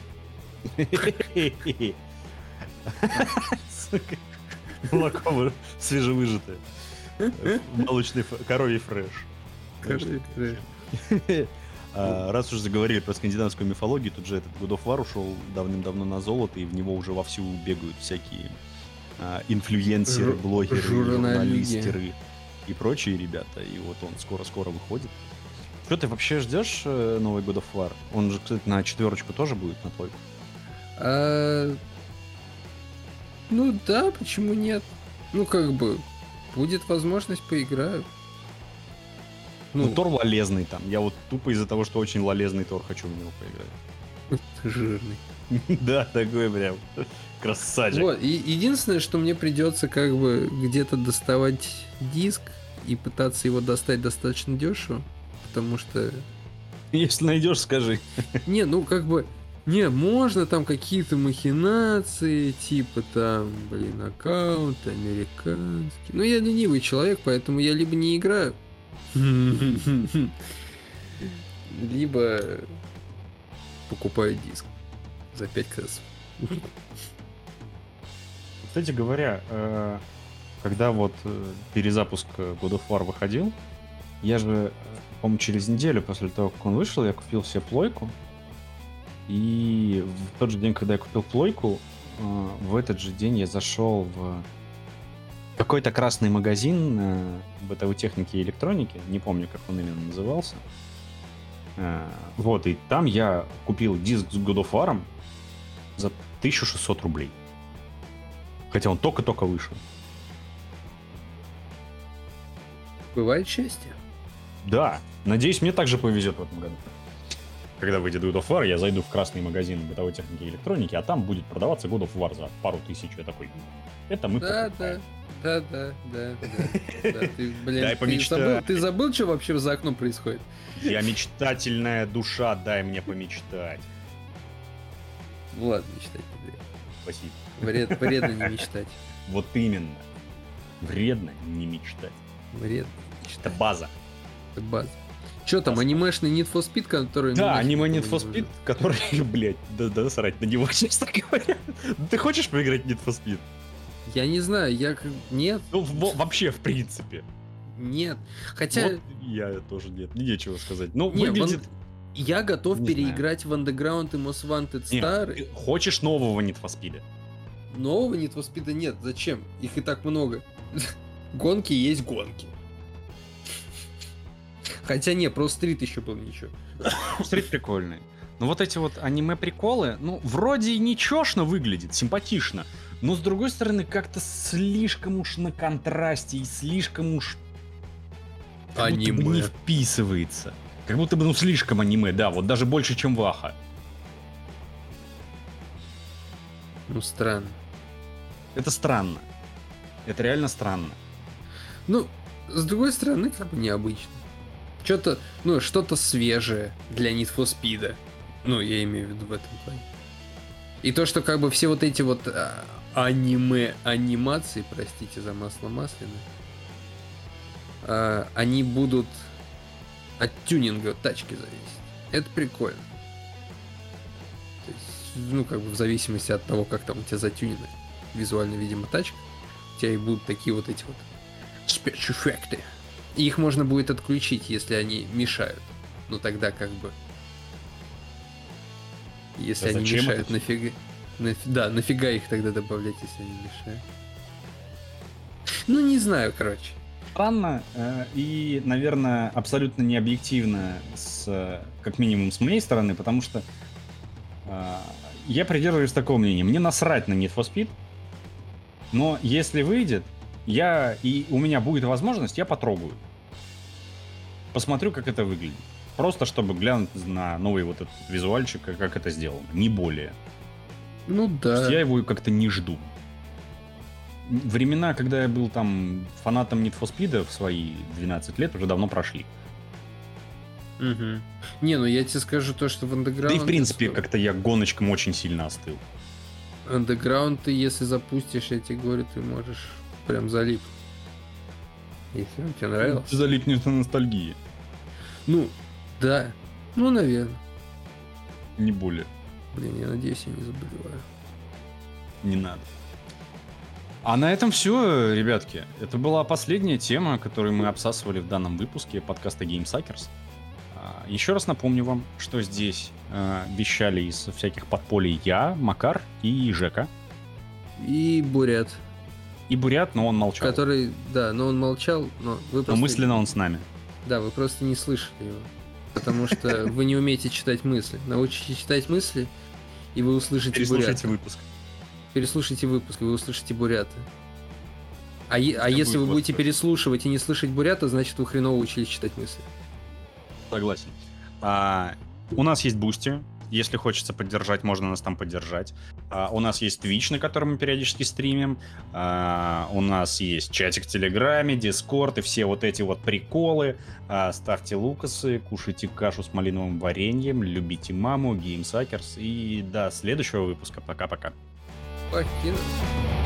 S1: Молоко свежевыжатое. Молочный коровий фреш.
S2: Коровий фреш.
S1: А, раз уж заговорили про скандинавскую мифологию, тут же этот God of War ушел давным-давно на золото, и в него уже вовсю бегают всякие а, инфлюенсеры,
S2: Жу-
S1: блогеры,
S2: журналисты.
S1: журналистеры и прочие ребята. И вот он скоро-скоро выходит. Что, ты вообще ждешь э, новый God of War? Он же, кстати, на четверочку тоже будет, на плойку.
S2: А... Ну да, почему нет? Ну как бы, будет возможность, поиграю.
S1: Ну, ну Тор лолезный там. Я вот тупо из-за того, что очень лолезный Тор, хочу в него поиграть.
S2: Жирный.
S1: Да, такой прям красавчик.
S2: Вот, и единственное, что мне придется как бы где-то доставать диск и пытаться его достать достаточно дешево, потому что...
S1: Если найдешь, скажи.
S2: Не, ну как бы... Не, можно там какие-то махинации, типа там, блин, аккаунт американский. Но я ленивый человек, поэтому я либо не играю, либо покупаю диск за пять кэсов.
S1: Кстати говоря, когда вот перезапуск God of War выходил, я же, по-моему, через неделю после того, как он вышел, я купил себе плойку. И в тот же день, когда я купил плойку, в этот же день я зашел в какой-то красный магазин бытовой техники и электроники, не помню, как он именно назывался. Вот, и там я купил диск с God of War за тысячу шестьсот рублей. Хотя он только-только вышел.
S2: Бывает счастье.
S1: Да, надеюсь, мне также повезет в этом году. когда выйдет God of War, я зайду в красный магазин бытовой техники и электроники, а там будет продаваться God of War за пару тысяч. Я такой, это мы
S2: Да,
S1: покупаем.
S2: да, да, да, да, да, да. Ты, блин,
S1: Дай
S2: ты
S1: помечтать.
S2: забыл, ты забыл, что вообще за окном происходит?
S1: Я мечтательная душа, дай мне помечтать.
S2: Ну ладно, мечтать не вредно.
S1: Спасибо.
S2: Вред, вредно не мечтать.
S1: Вот именно. Вредно не мечтать.
S2: Вредно не
S1: Это
S2: мечтать.
S1: база.
S2: Это база. Че там, анимешный Need for Speed, который...
S1: Да,
S2: ну,
S1: аниме
S2: нафиг
S1: Need for
S2: не
S1: Speed,
S2: нужен.
S1: который, блядь, да, да срать на него, честно говоря. Ты хочешь поиграть в Need for Speed?
S2: Я не знаю, я... как- Нет,
S1: Ну, во- вообще, в принципе.
S2: нет. Хотя
S1: Вот я тоже нет, нечего сказать. Ну,
S2: Не,
S1: выглядит...
S2: я готов
S1: не
S2: переиграть в Underground и Most Wanted
S1: Не,
S2: старый.
S1: ты хочешь нового Need for Speed?
S2: Нового Need for Speed нет. Зачем? Их и так много. Гонки есть гонки. Хотя не, про стрит еще был ничего.
S1: Стрит прикольный. Но вот эти вот аниме-приколы, ну, вроде и ничешно выглядит, симпатично. Но, с другой стороны, как-то слишком уж на контрасте и слишком уж... как будто бы
S2: Аниме.
S1: не вписывается. Как будто бы, ну, слишком аниме, да, вот даже больше, чем Ваха.
S2: Ну, странно.
S1: Это странно. Это реально странно.
S2: Ну, с другой стороны, как бы необычно. Что-то, ну, что-то свежее для Need for Speed. Ну, я имею в виду в этом плане. И то, что как бы все вот эти вот а, аниме-анимации, простите за масло масляное, а, они будут от тюнинга тачки зависеть. Это прикольно. То есть, ну, как бы в зависимости от того, как там у тебя затюнена визуально, видимо, тачка, у тебя и будут такие вот эти вот спецэффекты. И их можно будет отключить, если они мешают. Ну тогда как бы... Если
S1: А
S2: они
S1: зачем
S2: мешают,
S1: это?
S2: нафига... нафи- Да, нафига их тогда добавлять, если они мешают? Ну, не знаю, короче.
S1: Странно э, и, наверное, абсолютно необъективно, с, э, как минимум с моей стороны, потому что э, я придерживаюсь такого мнения. Мне насрать на Need for Speed, но если выйдет, я и у меня будет возможность, я потрогаю. Посмотрю, как это выглядит. Просто чтобы глянуть на новый вот этот визуальчик, как как это сделано. Не более.
S2: Ну
S1: То есть
S2: да.
S1: я его как-то не жду. Времена, когда я был там фанатом Need for Speed в свои двенадцать лет, уже давно прошли.
S2: Мгм. Не, ну я тебе скажу то, что в Underground...
S1: Да и в принципе, как-то я к гоночкам очень сильно остыл.
S2: Underground ты, если запустишь, я тебе говорю, ты можешь прям залип. Если он тебе нравился.
S1: Ты залипнешь на ностальгии.
S2: Ну, да. Ну, наверное.
S1: Не более.
S2: Блин, я надеюсь, я не заболеваю.
S1: Не надо. А на этом все, ребятки. Это была последняя тема, которую мы обсасывали в данном выпуске подкаста GameSuckers. А, Еще раз напомню вам, что здесь а, вещали из всяких подполей я, Макар и Жека.
S2: И Бурят,
S1: И Бурят, но он молчал.
S2: который, да, но он молчал, но вы
S1: Но
S2: просто...
S1: мысленно он с нами.
S2: Да, вы просто не слышали его. Потому что вы не умеете читать мысли. Научитесь читать мысли, и вы услышите
S1: Переслушайте
S2: Бурята.
S1: выпуск.
S2: Переслушайте выпуск, и вы услышите Бурята. А, е- а
S1: Это
S2: если
S1: будет
S2: вы будете
S1: восторг.
S2: переслушивать и не слышать Бурята, значит вы хреново учились читать мысли.
S1: Согласен. А, у нас есть Бусти. Если хочется поддержать, можно нас там поддержать. А, у нас есть Twitch, на котором мы периодически стримим. А, у нас есть чатик в Телеграме, Дискорд и все вот эти вот приколы. А, ставьте лукасы, кушайте кашу с малиновым вареньем, любите маму, GameSuckers. И до следующего выпуска. Пока-пока.
S2: Покинуть.